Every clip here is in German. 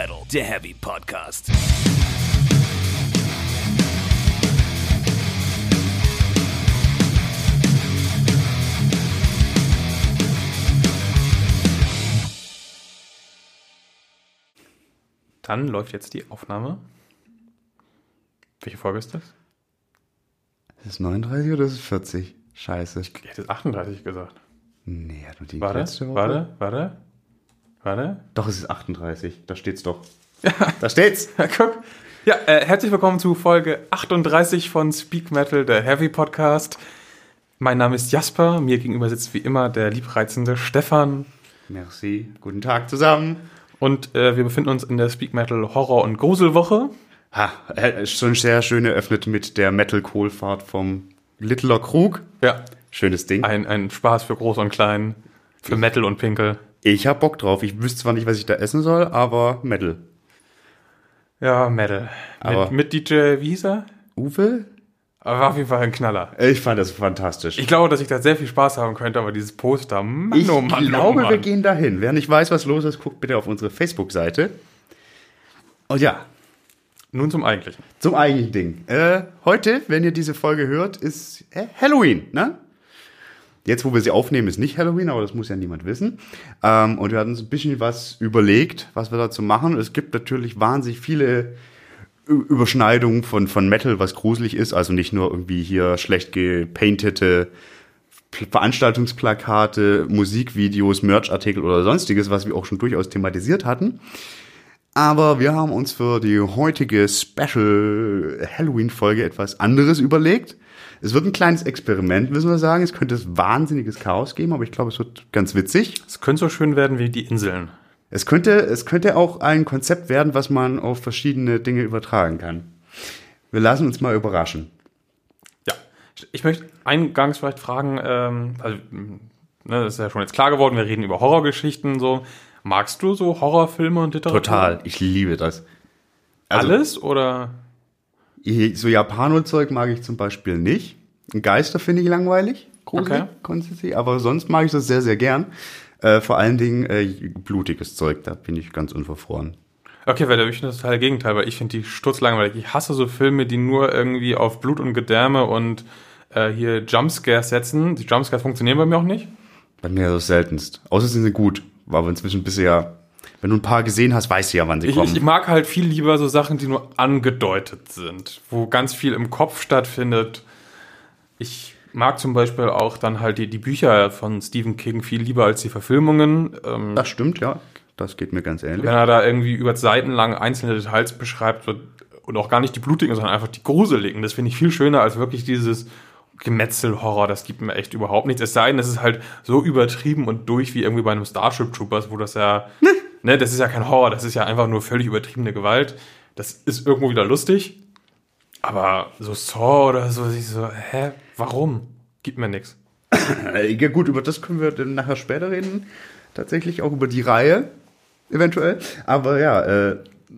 Metal, der Heavy Podcast. Dann läuft jetzt die Aufnahme. Welche Folge ist das? Ist es 39 oder ist es 40? Scheiße. Ich hätte 38 gesagt. Nee, hat nur die Warte, letzte Woche. warte. Doch, es ist 38. Da steht's doch. Da steht's. Ja, guck. Ja, herzlich willkommen zu Folge 38 von Speak Metal, der Heavy Podcast. Mein Name ist Jasper. Mir gegenüber sitzt wie immer der liebreizende Stefan. Merci. Guten Tag zusammen. Und wir befinden uns in der Speak Metal Horror- und Gruselwoche. Schon sehr schön eröffnet mit der Metal-Kohlfahrt vom Littler Krug. Ja. Schönes Ding. Ein Spaß für Groß und Klein, für Metal und Pinkel. Ich hab Bock drauf. Ich wüsste zwar nicht, was ich da essen soll, aber Metal. Ja, Metal. Mit DJ, wie hieß er? Uwe? Aber war auf jeden Fall ein Knaller. Ich fand das fantastisch. Ich glaube, dass ich da sehr viel Spaß haben könnte, aber dieses Poster, Mann, Ich oh Mann, glaube, oh Mann. wir gehen dahin. Wer nicht weiß, was los ist, guckt bitte auf unsere Facebook-Seite. Und ja, Nun zum Eigentlichen. zum eigentlichen Ding. Heute, wenn ihr diese Folge hört, ist Halloween, ne? Jetzt, wo wir sie aufnehmen, ist nicht Halloween, aber das muss ja niemand wissen. Und wir hatten uns ein bisschen was überlegt, was wir dazu machen. Es gibt natürlich wahnsinnig viele Überschneidungen von Metal, was gruselig ist. Also nicht nur irgendwie hier schlecht gepaintete Veranstaltungsplakate, Musikvideos, Merchartikel oder sonstiges, was wir auch schon durchaus thematisiert hatten. Aber wir haben uns für die heutige Special Halloween-Folge etwas anderes überlegt. Es wird ein kleines Experiment, müssen wir sagen. Es könnte wahnsinniges Chaos geben, aber ich glaube, es wird ganz witzig. Es könnte so schön werden wie die Inseln. Es könnte auch ein Konzept werden, was man auf verschiedene Dinge übertragen kann. Wir lassen uns mal überraschen. Ja, ich möchte eingangs vielleicht fragen, das ist ja schon jetzt klar geworden, wir reden über Horrorgeschichten so. Magst du so Horrorfilme und Literatur? Total, ich liebe das. Also, Alles oder? so Japano-Zeug mag ich zum Beispiel nicht. Geister finde ich langweilig, gruselig, Okay. grundsätzlich, aber sonst mag ich das sehr, sehr gern. Vor allen Dingen blutiges Zeug, da bin ich ganz unverfroren. Okay, weil da bin ich das total Gegenteil, weil ich finde die stutzlangweilig. Ich hasse so Filme, die nur irgendwie auf Blut und Gedärme und hier Jumpscares setzen. Die Jumpscares funktionieren bei mir auch nicht. Bei mir das seltenst. Außer sie sind gut, aber inzwischen bist du ja, wenn du ein paar gesehen hast, weißt du ja, wann sie kommen. Ich mag halt viel lieber so Sachen, die nur angedeutet sind, wo ganz viel im Kopf stattfindet. Ich mag zum Beispiel auch dann halt die Bücher von Stephen King viel lieber als die Verfilmungen. Das stimmt, ja. Das geht mir ganz ähnlich. Wenn er da irgendwie über Seiten lang einzelne Details beschreibt und auch gar nicht die blutigen, sondern einfach die gruseligen. Das finde ich viel schöner als wirklich dieses Gemetzel-Horror. Das gibt mir echt überhaupt nichts. Es sei denn, es ist halt so übertrieben und durch wie irgendwie bei einem Starship Troopers, wo das ja, ne, das ist ja kein Horror, das ist ja einfach nur völlig übertriebene Gewalt. Das ist irgendwo wieder lustig. Aber so Saw oder so, ich so, warum? Gibt mir nichts. Ja gut, über das können wir dann nachher später reden. Tatsächlich auch über die Reihe, eventuell. Aber ja,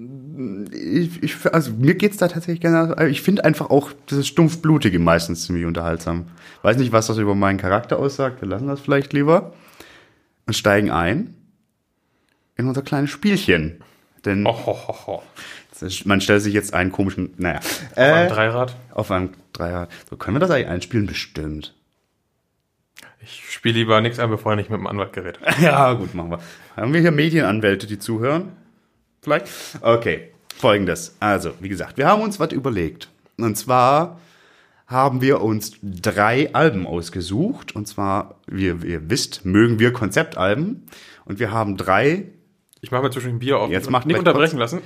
also mir geht's da tatsächlich gerne. Ich finde einfach auch das Stumpfblutige meistens ziemlich unterhaltsam. Weiß nicht, was das über meinen Charakter aussagt. Wir lassen das vielleicht lieber und steigen ein in unser kleines Spielchen. Denn man stellt sich jetzt einen komischen, Auf einem Dreirad. auf einem Dreirad. So, können wir das eigentlich einspielen? Bestimmt. Ich spiele lieber nichts ein, bevor ich nicht mit dem Anwalt geredet. Ja, gut, machen wir. Haben wir hier Medienanwälte, die zuhören? Vielleicht? Okay, Folgendes. Also, wie gesagt, wir haben uns was überlegt. Und zwar haben wir uns 3 Alben ausgesucht. Und zwar, wie ihr wisst, mögen wir Konzeptalben. Und wir haben 3... Ich mache mir zwischen ein Bier auf. Jetzt macht nicht gleich unterbrechen lassen.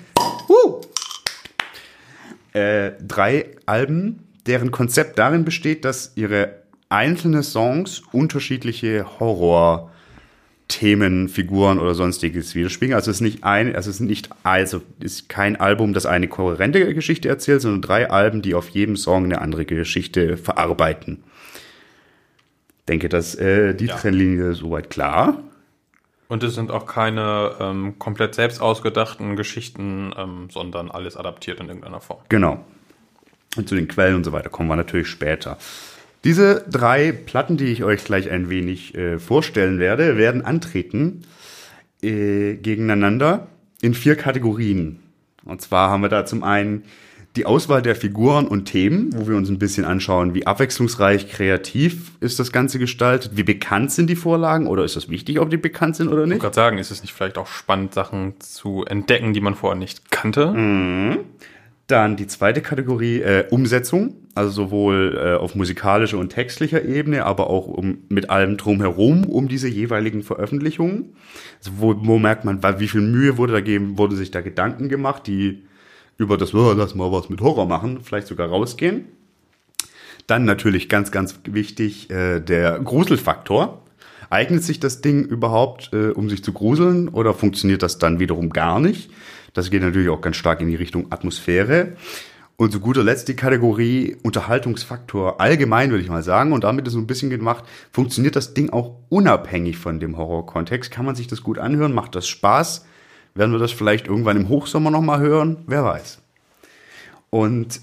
3 Alben, deren Konzept darin besteht, dass ihre einzelne Songs unterschiedliche Horror-Themen, Figuren oder sonstiges widerspiegeln. Also es ist kein Album, das eine kohärente Geschichte erzählt, sondern 3 Alben, die auf jedem Song eine andere Geschichte verarbeiten. Ich denke, dass die Trennlinie soweit klar. Und es sind auch keine komplett selbst ausgedachten Geschichten, sondern alles adaptiert in irgendeiner Form. Genau. Und zu den Quellen und so weiter kommen wir natürlich später. Diese 3 Platten, die ich euch gleich ein wenig vorstellen werde, werden antreten gegeneinander in 4 Kategorien. Und zwar haben wir da zum einen die Auswahl der Figuren und Themen, wo wir uns ein bisschen anschauen, wie abwechslungsreich, kreativ ist das Ganze gestaltet, wie bekannt sind die Vorlagen oder ist das wichtig, ob die bekannt sind oder Ich wollte nicht? gerade sagen, ist es nicht vielleicht auch spannend, Sachen zu entdecken, die man vorher nicht kannte? Dann die zweite Kategorie, Umsetzung, also sowohl auf musikalischer und textlicher Ebene, aber auch mit allem drumherum um diese jeweiligen Veröffentlichungen. Also wo merkt man, wie viel Mühe wurde sich da Gedanken gemacht, die über das, lass mal was mit Horror machen, vielleicht sogar rausgehen. Dann natürlich ganz, ganz wichtig, der Gruselfaktor. Eignet sich das Ding überhaupt, um sich zu gruseln, oder funktioniert das dann wiederum gar nicht? Das geht natürlich auch ganz stark in die Richtung Atmosphäre. Und zu guter Letzt die Kategorie Unterhaltungsfaktor allgemein, würde ich mal sagen. Und damit ist so ein bisschen gemacht, funktioniert das Ding auch unabhängig von dem Horrorkontext? Kann man sich das gut anhören? Macht das Spaß? Werden wir das vielleicht irgendwann im Hochsommer nochmal hören? Wer weiß. Und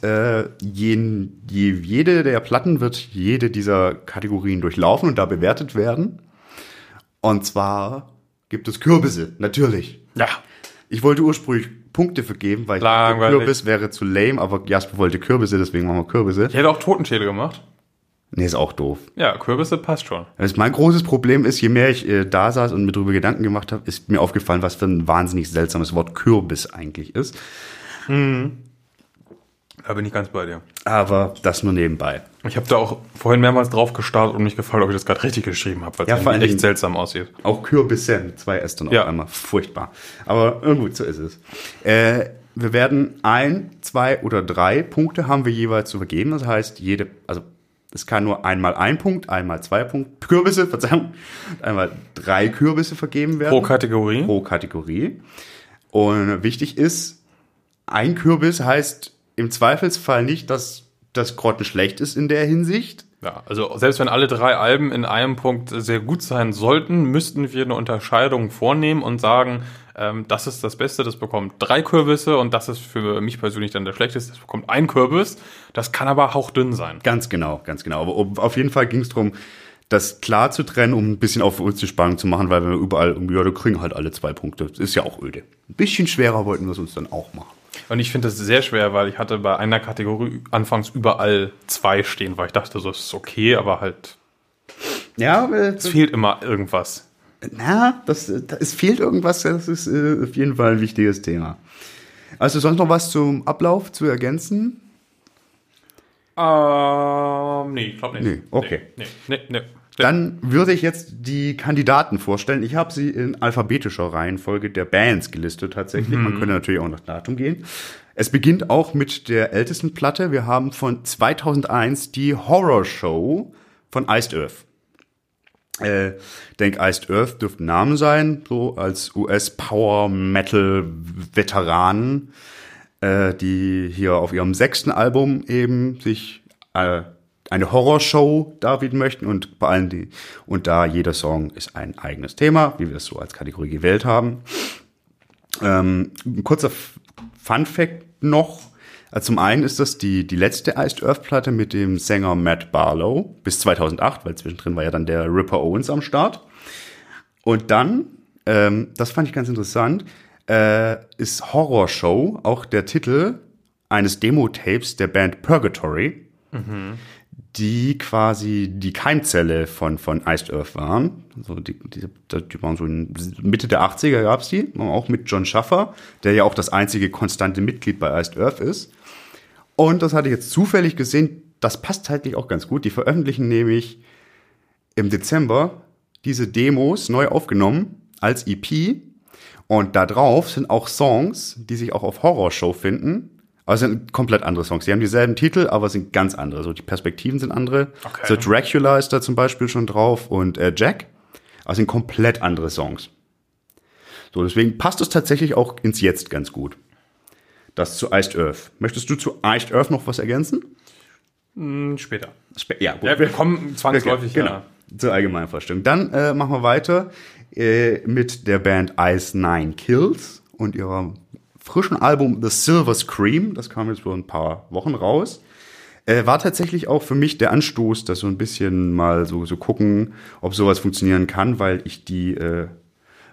jede der Platten wird jede dieser Kategorien durchlaufen und da bewertet werden. Und zwar gibt es Kürbisse, natürlich. Ja. Ich wollte ursprünglich Punkte vergeben, weil ich dachte, Kürbis wäre zu lame, aber Jasper wollte Kürbisse, deswegen machen wir Kürbisse. Ich hätte auch Totenschädel gemacht. Nee, ist auch doof. Ja, Kürbisse passt schon. Also mein großes Problem ist, je mehr ich da saß und mir darüber Gedanken gemacht habe, ist mir aufgefallen, was für ein wahnsinnig seltsames Wort Kürbis eigentlich ist. Da bin ich ganz bei dir. Aber das nur nebenbei. Ich habe da auch vorhin mehrmals drauf gestartet und mich gefragt, ob ich das gerade richtig geschrieben habe, weil es vor allem echt seltsam aussieht. Auch Kürbisse mit 2 S dann auf einmal. Furchtbar. Aber gut, so ist es. Wir werden 1, 2 oder 3 Punkte haben wir jeweils zu vergeben. Das heißt, es kann nur einmal 1 Punkt, einmal 2 Punkte, einmal 3 Kürbisse vergeben werden. Pro Kategorie. Pro Kategorie. Und wichtig ist, ein Kürbis heißt im Zweifelsfall nicht, dass das grottenschlecht ist in der Hinsicht. Ja, also selbst wenn alle 3 Alben in einem Punkt sehr gut sein sollten, müssten wir eine Unterscheidung vornehmen und sagen, das ist das Beste, das bekommt 3 Kürbisse und das ist für mich persönlich dann der Schlechteste, das bekommt 1 Kürbis. Das kann aber hauchdünn sein. Ganz genau, ganz genau. Aber auf jeden Fall ging es darum, das klar zu trennen, um ein bisschen auf uns die Spannung zu machen, weil wir überall, da kriegen halt alle 2 Punkte. Das ist ja auch öde. Ein bisschen schwerer wollten wir es uns dann auch machen. Und ich finde das sehr schwer, weil ich hatte bei einer Kategorie anfangs überall 2 stehen, weil ich dachte, so ist es okay, aber halt ja, es fehlt immer irgendwas. Es fehlt irgendwas, das ist auf jeden Fall ein wichtiges Thema. Also sonst noch was zum Ablauf zu ergänzen? Nee, ich glaube nicht. Nee, okay. Nee. Dann würde ich jetzt die Kandidaten vorstellen. Ich habe sie in alphabetischer Reihenfolge der Bands gelistet tatsächlich. Man könnte natürlich auch nach Datum gehen. Es beginnt auch mit der ältesten Platte. Wir haben von 2001 die Horror Show von Iced Earth. Ich denke, Iced Earth dürfte ein Name sein, so als US-Power-Metal-Veteranen, die hier auf ihrem 6. Album eben sich eine Horrorshow darbieten möchten und da jeder Song ist ein eigenes Thema, wie wir es so als Kategorie gewählt haben. Ein kurzer Fun-Fact noch. Also zum einen ist das die letzte Iced Earth-Platte mit dem Sänger Matt Barlow bis 2008, weil zwischendrin war ja dann der Ripper Owens am Start. Und dann, das fand ich ganz interessant, ist Horror Show auch der Titel eines Demo-Tapes der Band Purgatory, die quasi die Keimzelle von Iced Earth waren. Also die waren so in Mitte der 80er gab's die, auch mit John Schaffer, der ja auch das einzige konstante Mitglied bei Iced Earth ist. Und das hatte ich jetzt zufällig gesehen, das passt zeitlich auch ganz gut. Die veröffentlichen nämlich im Dezember diese Demos neu aufgenommen als EP. Und da drauf sind auch Songs, die sich auch auf Horror Show finden. Aber es sind komplett andere Songs. Die haben dieselben Titel, aber sind ganz andere. So, die Perspektiven sind andere. Okay. So Dracula ist da zum Beispiel schon drauf und Jack. Aber es sind komplett andere Songs. So, deswegen passt es tatsächlich auch ins Jetzt ganz gut. Das zu Iced Earth. Möchtest du zu Iced Earth noch was ergänzen? Später. Ja, gut. Ja, wir kommen zwangsläufig. Genau. Ja. Zur Allgemeinvorstellung. Dann machen wir weiter mit der Band Ice Nine Kills und ihrem frischen Album The Silver Scream. Das kam jetzt vor ein paar Wochen raus. War tatsächlich auch für mich der Anstoß, das so ein bisschen mal so gucken, ob sowas funktionieren kann, weil ich die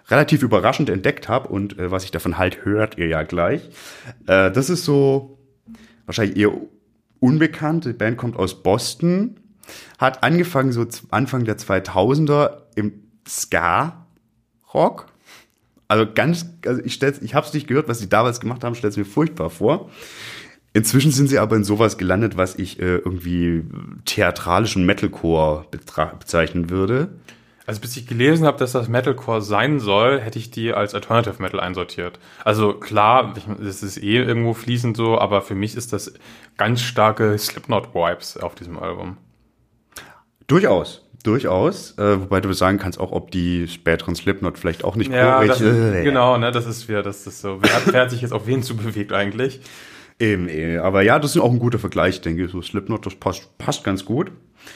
relativ überraschend entdeckt habe und was ich davon halt, hört ihr ja gleich. Das ist so wahrscheinlich eher unbekannt. Die Band kommt aus Boston, hat angefangen so Anfang der 2000er im Ska-Rock. Also ich habe es nicht gehört, was sie damals gemacht haben, stell's mir furchtbar vor. Inzwischen sind sie aber in sowas gelandet, was ich irgendwie theatralischen Metalcore bezeichnen würde. Also bis ich gelesen habe, dass das Metalcore sein soll, hätte ich die als Alternative Metal einsortiert. Also klar, das ist irgendwo fließend so, aber für mich ist das ganz starke Slipknot-Vibes auf diesem Album. Durchaus. Wobei du sagen kannst, auch ob die späteren Slipknot vielleicht auch nicht genau, ne, das ist so. Wer hat sich jetzt auf wen zu bewegt eigentlich? Eben. Aber ja, das ist auch ein guter Vergleich, denke ich. So Slipknot, das passt ganz gut.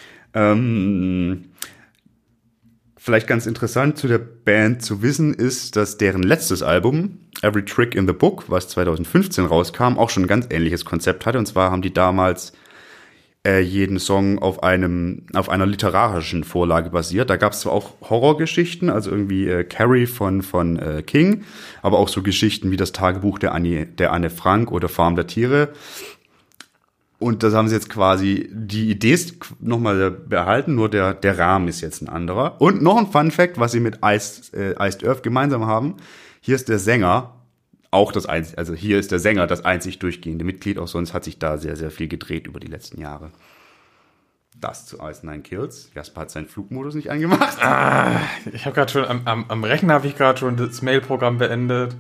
Vielleicht ganz interessant zu der Band zu wissen ist, dass deren letztes Album, Every Trick in the Book, was 2015 rauskam, auch schon ein ganz ähnliches Konzept hatte. Und zwar haben die damals jeden Song auf einer literarischen Vorlage basiert. Da gab es zwar auch Horrorgeschichten, also irgendwie Carrie von King, aber auch so Geschichten wie das Tagebuch der Anne Frank oder Farm der Tiere. Und das haben sie jetzt quasi, die Idee ist nochmal behalten, nur der Rahmen ist jetzt ein anderer. Und noch ein Fun Fact, was sie mit Iced Earth gemeinsam haben. Hier ist der Sänger auch das einzig durchgehende Mitglied. Auch sonst hat sich da sehr, sehr viel gedreht über die letzten Jahre. Das zu Ice Nine Kills. Jasper hat seinen Flugmodus nicht angemacht. Ich habe gerade schon, am Rechner habe ich gerade schon das Mail-Programm beendet.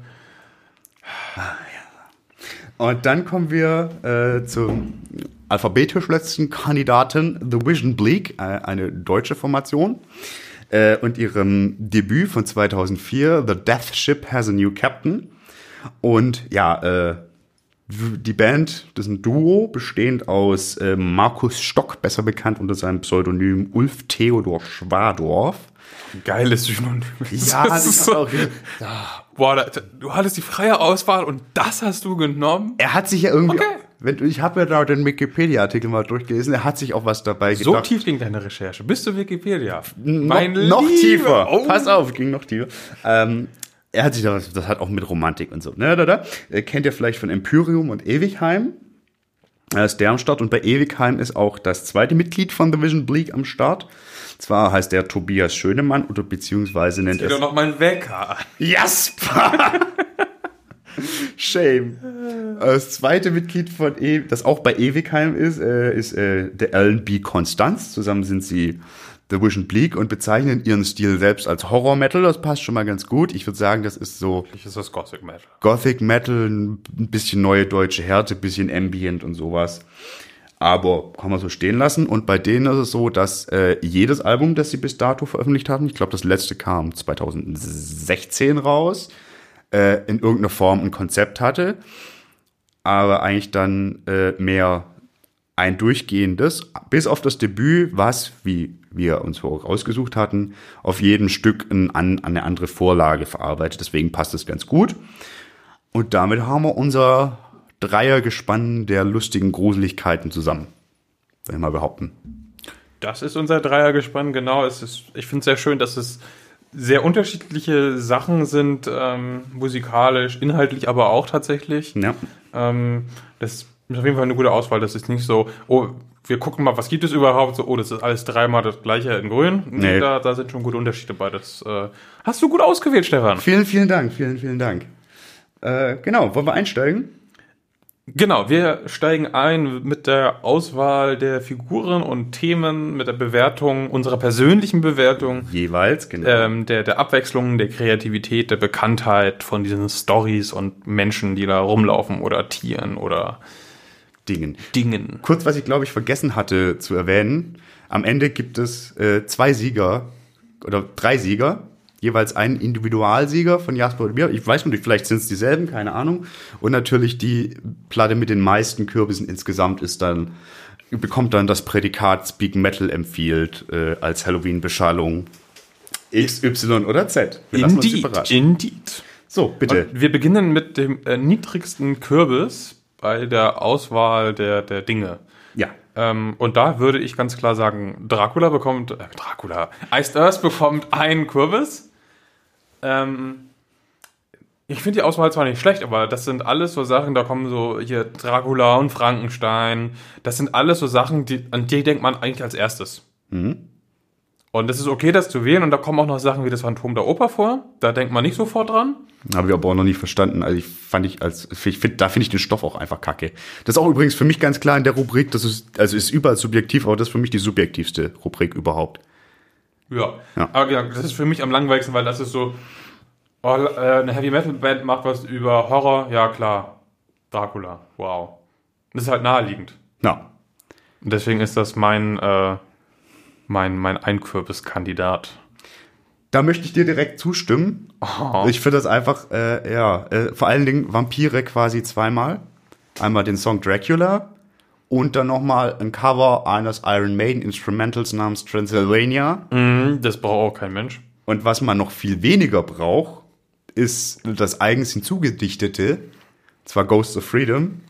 Und dann kommen wir zum alphabetisch letzten Kandidaten, The Vision Bleak, eine deutsche Formation. Und ihrem Debüt von 2004, The Death Ship Has a New Captain. Und ja, die Band, das ist ein Duo, bestehend aus Markus Stock, besser bekannt unter seinem Pseudonym Ulf Theodor Schwadorf. Geiles Synonym. Ja, das ist so. Boah, du hattest die freie Auswahl und das hast du genommen? Er hat sich ja irgendwie... Okay. Ich habe ja da den Wikipedia-Artikel mal durchgelesen, er hat sich auch was dabei gedacht. So tief ging deine Recherche. Bist du Wikipedia? Noch tiefer. Oh. Pass auf, ging noch tiefer. Er hat sich das hat auch mit Romantik und so. Kennt ihr vielleicht von Empyreum und Ewigheim? Er ist der am Start und bei Ewigheim ist auch das zweite Mitglied von The Vision Bleak am Start. Zwar heißt der Tobias Schönemann oder beziehungsweise nennt er es... doch noch mal einen Wecker. Jasper! Shame. Das zweite Mitglied von das auch bei Ewigheim ist der Alan B. Constanz. Zusammen sind sie The Vision Bleak und bezeichnen ihren Stil selbst als Horror Metal. Das passt schon mal ganz gut. Ich würde sagen, das ist so... Ist das Gothic Metal. Gothic Metal, ein bisschen neue deutsche Härte, ein bisschen Ambient und sowas. Aber kann man so stehen lassen. Und bei denen ist es so, dass jedes Album, das sie bis dato veröffentlicht haben, ich glaube, das letzte kam 2016 raus, in irgendeiner Form ein Konzept hatte, aber eigentlich dann mehr ein durchgehendes, bis auf das Debüt, was, wie wir uns rausgesucht hatten, auf jedem Stück eine andere Vorlage verarbeitet. Deswegen passt es ganz gut. Und damit haben wir unser Dreiergespann der lustigen Gruseligkeiten zusammen. Soll ich mal behaupten. Das ist unser Dreiergespann, genau. Ich finde es sehr schön, dass es sehr unterschiedliche Sachen sind, musikalisch, inhaltlich, aber auch tatsächlich. Ja. Das ist auf jeden Fall eine gute Auswahl. Das ist nicht so, oh, wir gucken mal, was gibt es überhaupt? So, oh, das ist alles dreimal das gleiche in grün. Nee. Da sind schon gute Unterschiede bei. Das hast du gut ausgewählt, Stefan. Vielen, vielen Dank. Vielen Dank. Genau, wollen wir einsteigen? Genau, wir steigen ein mit der Auswahl der Figuren und Themen, mit der Bewertung, unserer persönlichen Bewertung. Jeweils, genau. Der Abwechslung, der Kreativität, der Bekanntheit von diesen Storys und Menschen, die da rumlaufen oder Tieren oder Dingen. Kurz, was ich glaube ich vergessen hatte zu erwähnen. Am Ende gibt es 2 Sieger oder 3 Sieger. Jeweils einen Individualsieger von Jasper und mir. Ich weiß nicht, vielleicht sind es dieselben, keine Ahnung. Und natürlich die Platte mit den meisten Kürbissen insgesamt bekommt dann das Prädikat Speak Metal empfiehlt als Halloween-Beschallung X, Y oder Z. Wir lassen uns überraschen. Indeed. So, bitte. Und wir beginnen mit dem niedrigsten Kürbis bei der Auswahl der Dinge. Ja. Und da würde ich ganz klar sagen, Iced Earth bekommt einen Kürbis. Ich finde die Auswahl zwar nicht schlecht, aber das sind alles so Sachen, da kommen so hier Dracula und Frankenstein. Das sind alles so Sachen, an die denkt man eigentlich als erstes. Und es ist okay, das zu wählen. Und da kommen auch noch Sachen wie das Phantom der Oper vor. Da denkt man nicht sofort dran. Habe ich aber auch noch nicht verstanden. Also da finde ich den Stoff auch einfach kacke. Das ist auch übrigens für mich ganz klar in der Rubrik, ist überall subjektiv, aber das ist für mich die subjektivste Rubrik überhaupt. Ja. Aber ja, das ist für mich am langweiligsten, weil das ist so, eine Heavy-Metal-Band macht was über Horror. Ja, klar. Dracula. Wow. Das ist halt naheliegend. Ja. Und deswegen ist das mein Einkürbiskandidat. Da möchte ich dir direkt zustimmen. Oh. Ich finde das einfach, vor allen Dingen Vampire quasi zweimal. Einmal den Song Dracula und dann nochmal ein Cover eines Iron Maiden Instrumentals namens Transylvania. Das braucht auch kein Mensch. Und was man noch viel weniger braucht, ist das eigens hinzugedichtete, zwar Ghosts of Freedom.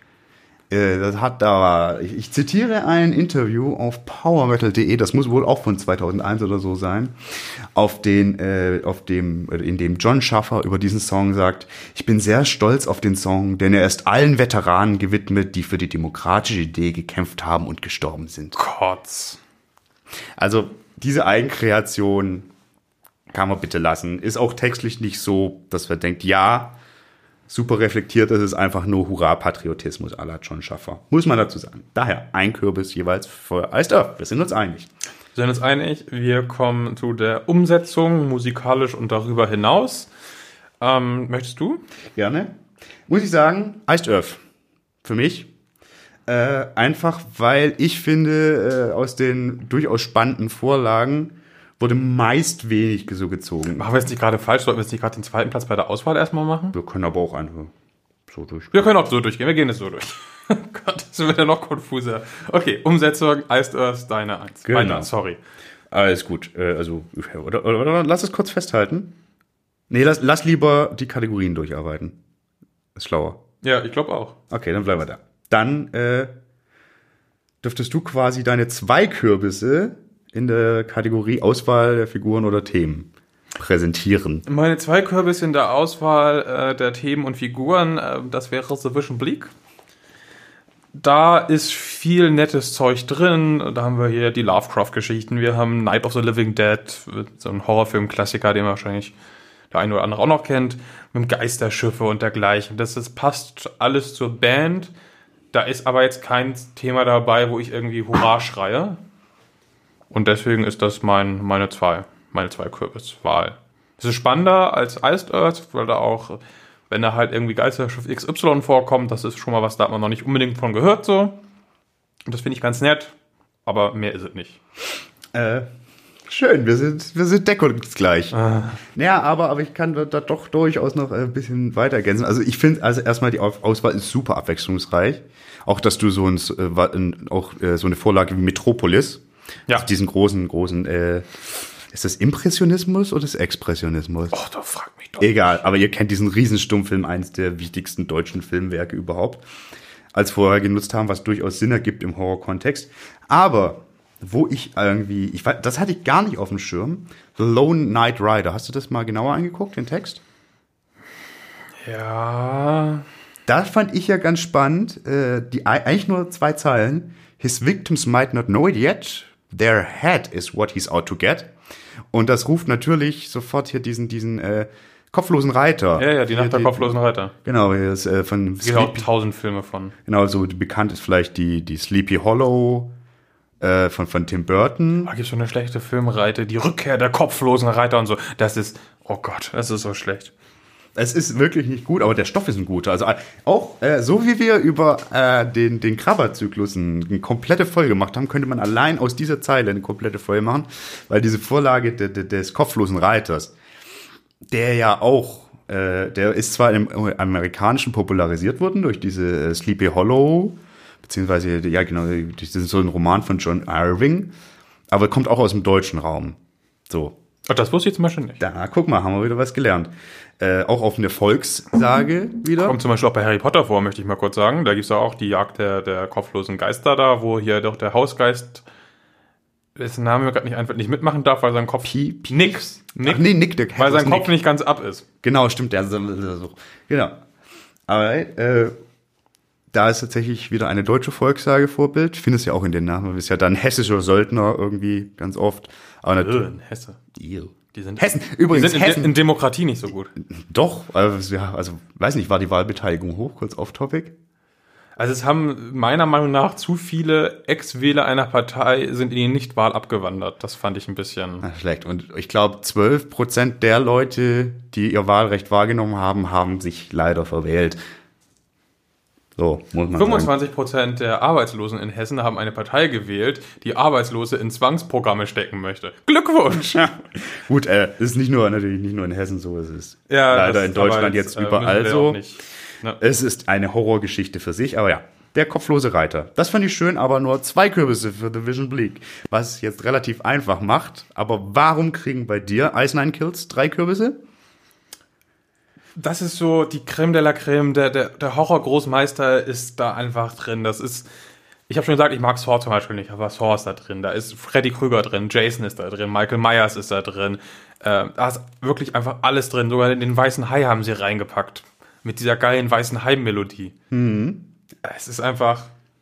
Ich zitiere ein Interview auf powermetal.de, das muss wohl auch von 2001 oder so sein, in dem John Schaffer über diesen Song sagt: Ich bin sehr stolz auf den Song, denn er ist allen Veteranen gewidmet, die für die demokratische Idee gekämpft haben und gestorben sind. Kotz. Also diese Eigenkreation kann man bitte lassen. Ist auch textlich nicht so, dass man denkt, ja, super reflektiert, das ist einfach nur Hurra-Patriotismus à la John Schaffer. Muss man dazu sagen. Daher ein Kürbis jeweils für Iced Earth. Wir sind uns einig. Wir sind uns einig. Wir kommen zu der Umsetzung, musikalisch und darüber hinaus. Möchtest du? Gerne. Muss ich sagen, Iced Earth. Für mich. Einfach, weil ich finde, aus den durchaus spannenden Vorlagen wurde meist wenig so gezogen. Machen wir jetzt nicht gerade falsch, sollten wir jetzt nicht gerade den zweiten Platz bei der Auswahl erstmal machen? Wir können aber auch einfach so durchgehen. Wir können auch so durchgehen, wir gehen jetzt so durch. Gott, das wird ja noch konfuser. Okay, Umsetzung, Iced Earth, deine 1. Genau. Meine, sorry. Alles gut. Oder lass es kurz festhalten. Nee, lass lieber die Kategorien durcharbeiten. Ist schlauer. Ja, ich glaube auch. Okay, dann bleiben wir da. Dann dürftest du quasi deine 2 Kürbisse in der Kategorie Auswahl der Figuren oder Themen präsentieren. Meine 2 Kürbisse in der Auswahl der Themen und Figuren, das wäre The Vision Bleak. Da ist viel nettes Zeug drin. Da haben wir hier die Lovecraft-Geschichten. Wir haben Night of the Living Dead, so ein Horrorfilm-Klassiker, den wahrscheinlich der eine oder andere auch noch kennt, mit Geisterschiffe und dergleichen. Das passt alles zur Band. Da ist aber jetzt kein Thema dabei, wo ich irgendwie Hurra schreie. Und deswegen ist das meine 2 Kürbiswahl. Es ist spannender als Iced Earth, weil da auch, wenn da halt irgendwie Geisterschiff XY vorkommt, das ist schon mal was, da hat man noch nicht unbedingt von gehört so. Und das finde ich ganz nett, aber mehr ist es nicht. Schön, wir sind deckungsgleich. Ja, aber ich kann da doch durchaus noch ein bisschen weiter ergänzen. Also ich finde, erstmal die Auswahl ist super abwechslungsreich. Auch, dass du so eine Vorlage wie Metropolis, Ja. also diesen großen, ist das Impressionismus oder ist Expressionismus? Och, da frag mich doch. Egal, aber ihr kennt diesen Riesenstummfilm, eins der wichtigsten deutschen Filmwerke überhaupt, als vorher genutzt haben, was durchaus Sinn ergibt im Horror-Kontext. Aber wo ich irgendwie, das hatte ich gar nicht auf dem Schirm, The Lone Knight Rider. Hast du das mal genauer angeguckt, den Text? Ja. Da fand ich ja ganz spannend, eigentlich nur 2 Zeilen. His victims might not know it yet. Their head is what he's out to get. Und das ruft natürlich sofort hier diesen kopflosen Reiter. Ja, die Nacht der kopflosen Reiter. Genau, hier ist von Es gibt auch 1000 Filme von. Genau, so bekannt ist vielleicht die Sleepy Hollow von Tim Burton. Da gibt es so eine schlechte Filmreihe, die Rückkehr der kopflosen Reiter und so. Das ist, oh Gott, das ist so schlecht. Es ist wirklich nicht gut, aber der Stoff ist ein guter. Also auch so wie wir über den Krabber-Zyklus eine komplette Folge gemacht haben, könnte man allein aus dieser Zeile eine komplette Folge machen, weil diese Vorlage des kopflosen Reiters, der ja auch, der ist zwar im Amerikanischen popularisiert worden durch diese Sleepy Hollow, beziehungsweise, ja genau, das ist so ein Roman von John Irving, aber kommt auch aus dem deutschen Raum. So. Ach, das wusste ich zum Beispiel nicht. Da, guck mal, haben wir wieder was gelernt. Auch auf eine Volkssage wieder. Kommt zum Beispiel auch bei Harry Potter vor, möchte ich mal kurz sagen. Da gibt es ja auch die Jagd der kopflosen Geister da, wo hier doch der Hausgeist dessen Name mir gerade nicht einfällt, nicht mitmachen darf, weil sein Kopf... Nick. Ach nee, Nick. Der weil sein Kopf nicht ganz ab ist. Genau, stimmt. Genau. Aber da ist tatsächlich wieder eine deutsche Volkssage Vorbild. Findest ja auch in den Namen. Du bist ja dann hessischer Söldner irgendwie ganz oft. Aber In Hesse. Die sind Hessen. Übrigens, die sind Hessen. in Demokratie nicht so gut. Doch, also weiß nicht, war die Wahlbeteiligung hoch, kurz off-topic? Also es haben meiner Meinung nach zu viele Ex-Wähler einer Partei sind in die Nichtwahl abgewandert. Das fand ich ein bisschen... Schlecht. Und ich glaube, 12% der Leute, die ihr Wahlrecht wahrgenommen haben, haben sich leider verwählt. So, muss man 25% der Arbeitslosen in Hessen haben eine Partei gewählt, die Arbeitslose in Zwangsprogramme stecken möchte. Glückwunsch! Gut, ist natürlich nicht nur in Hessen so, es ist Ja, leider in Deutschland jetzt überall so. Ne? Es ist eine Horrorgeschichte für sich, aber ja, der kopflose Reiter. Das fand ich schön, aber nur 2 Kürbisse für The Vision Bleak, was es jetzt relativ einfach macht. Aber warum kriegen bei dir Ice Nine Kills 3 Kürbisse? Das ist so die Creme de la Creme, der Horror-Großmeister ist da einfach drin. Das ist, ich habe schon gesagt, ich mag Saw zum Beispiel nicht, aber Saw ist da drin. Da ist Freddy Krüger drin, Jason ist da drin, Michael Myers ist da drin. Da ist wirklich einfach alles drin. Sogar den weißen Hai haben sie reingepackt. Mit dieser geilen weißen Hai-Melodie. Es ist einfach,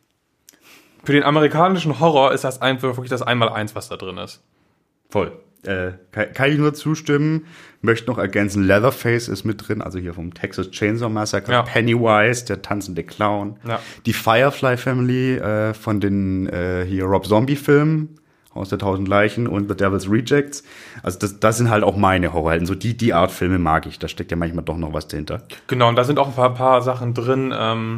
für den amerikanischen Horror ist das einfach wirklich das Einmaleins, was da drin ist. Voll. Kann ich nur zustimmen. Möchte noch ergänzen, Leatherface ist mit drin, also hier vom Texas Chainsaw Massacre. Ja. Pennywise, der tanzende Clown. Ja. Die Firefly Family von den hier Rob Zombie-Filmen aus der 1000 Leichen und The Devil's Rejects. Also das sind halt auch meine Horrorhelden. So die Art Filme mag ich. Da steckt ja manchmal doch noch was dahinter. Genau, und da sind auch ein paar Sachen drin,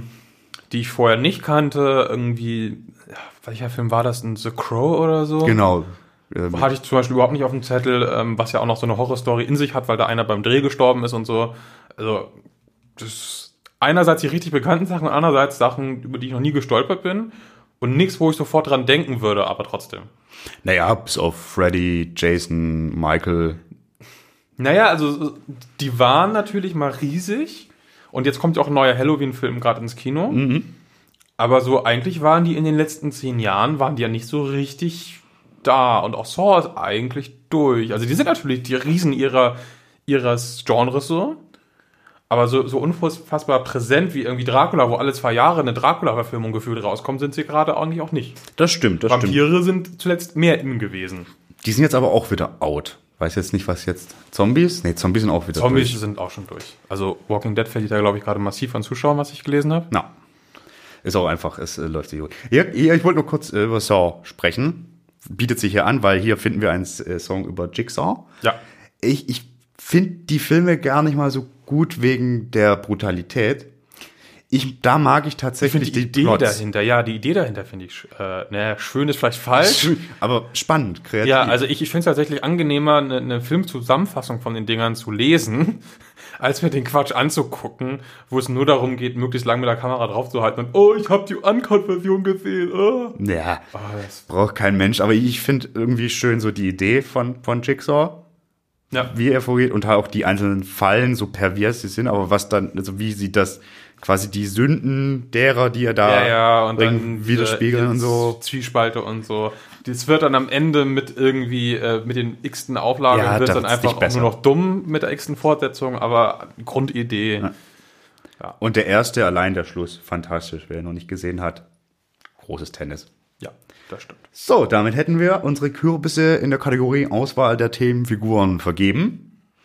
die ich vorher nicht kannte. Irgendwie, welcher Film war das? Ein The Crow oder so? Genau. Hatte ich zum Beispiel überhaupt nicht auf dem Zettel, was ja auch noch so eine Horrorstory in sich hat, weil da einer beim Dreh gestorben ist und so. Also, das ist einerseits die richtig bekannten Sachen, andererseits Sachen, über die ich noch nie gestolpert bin. Und nichts, wo ich sofort dran denken würde, aber trotzdem. Naja, bis auf Freddy, Jason, Michael. Naja, also die waren natürlich mal riesig. Und jetzt kommt ja auch ein neuer Halloween-Film gerade ins Kino. Aber so eigentlich waren die in den letzten 10 Jahren, waren die ja nicht so richtig da. Und auch Saw ist eigentlich durch. Also die sind natürlich die Riesen ihres Genres so. Aber so unfassbar präsent wie irgendwie Dracula, wo alle 2 Jahre eine Dracula-Verfilmung gefühlt rauskommt, sind sie gerade eigentlich auch nicht. Das stimmt, das Vampire stimmt. sind zuletzt mehr in gewesen. Die sind jetzt aber auch wieder out. Weiß jetzt nicht, was jetzt. Zombies? Nee, Zombies sind auch wieder Zombies durch. sind auch schon durch. Also Walking Dead verliert da, glaube ich, gerade massiv an Zuschauern, was ich gelesen habe. Na. Ist auch einfach, es läuft sich gut. Ja, ich wollte nur kurz über Saw sprechen. Bietet sich hier an, weil hier finden wir einen Song über Jigsaw. Ja. Ich finde die Filme gar nicht mal so gut wegen der Brutalität. Da mag ich tatsächlich die Idee Plots dahinter. Ja, die Idee dahinter finde ich schön ist vielleicht falsch. Aber spannend, kreativ. Ja, also ich finde es tatsächlich angenehmer, eine Filmzusammenfassung von den Dingern zu lesen, als mir den Quatsch anzugucken, wo es nur darum geht, möglichst lange mit der Kamera draufzuhalten und ich habe die Uncut-Version gesehen. Oh. Ja, das braucht kein Mensch. Aber ich finde irgendwie schön so die Idee von Jigsaw. Ja. Wie er vorgeht und halt auch die einzelnen Fallen, so pervers sie sind, aber was dann, also wie sie das quasi die Sünden derer, die er da und dann widerspiegeln und so. Zwiespalte und so. Das wird dann am Ende mit irgendwie, mit den x-ten Auflagen wird dann einfach auch nur noch dumm mit der x-ten Fortsetzung, aber Grundidee. Ja. Und der erste, allein der Schluss, fantastisch. Wer ihn noch nicht gesehen hat, großes Tennis. Ja, das stimmt. So, damit hätten wir unsere Kürbisse in der Kategorie Auswahl der Themenfiguren vergeben.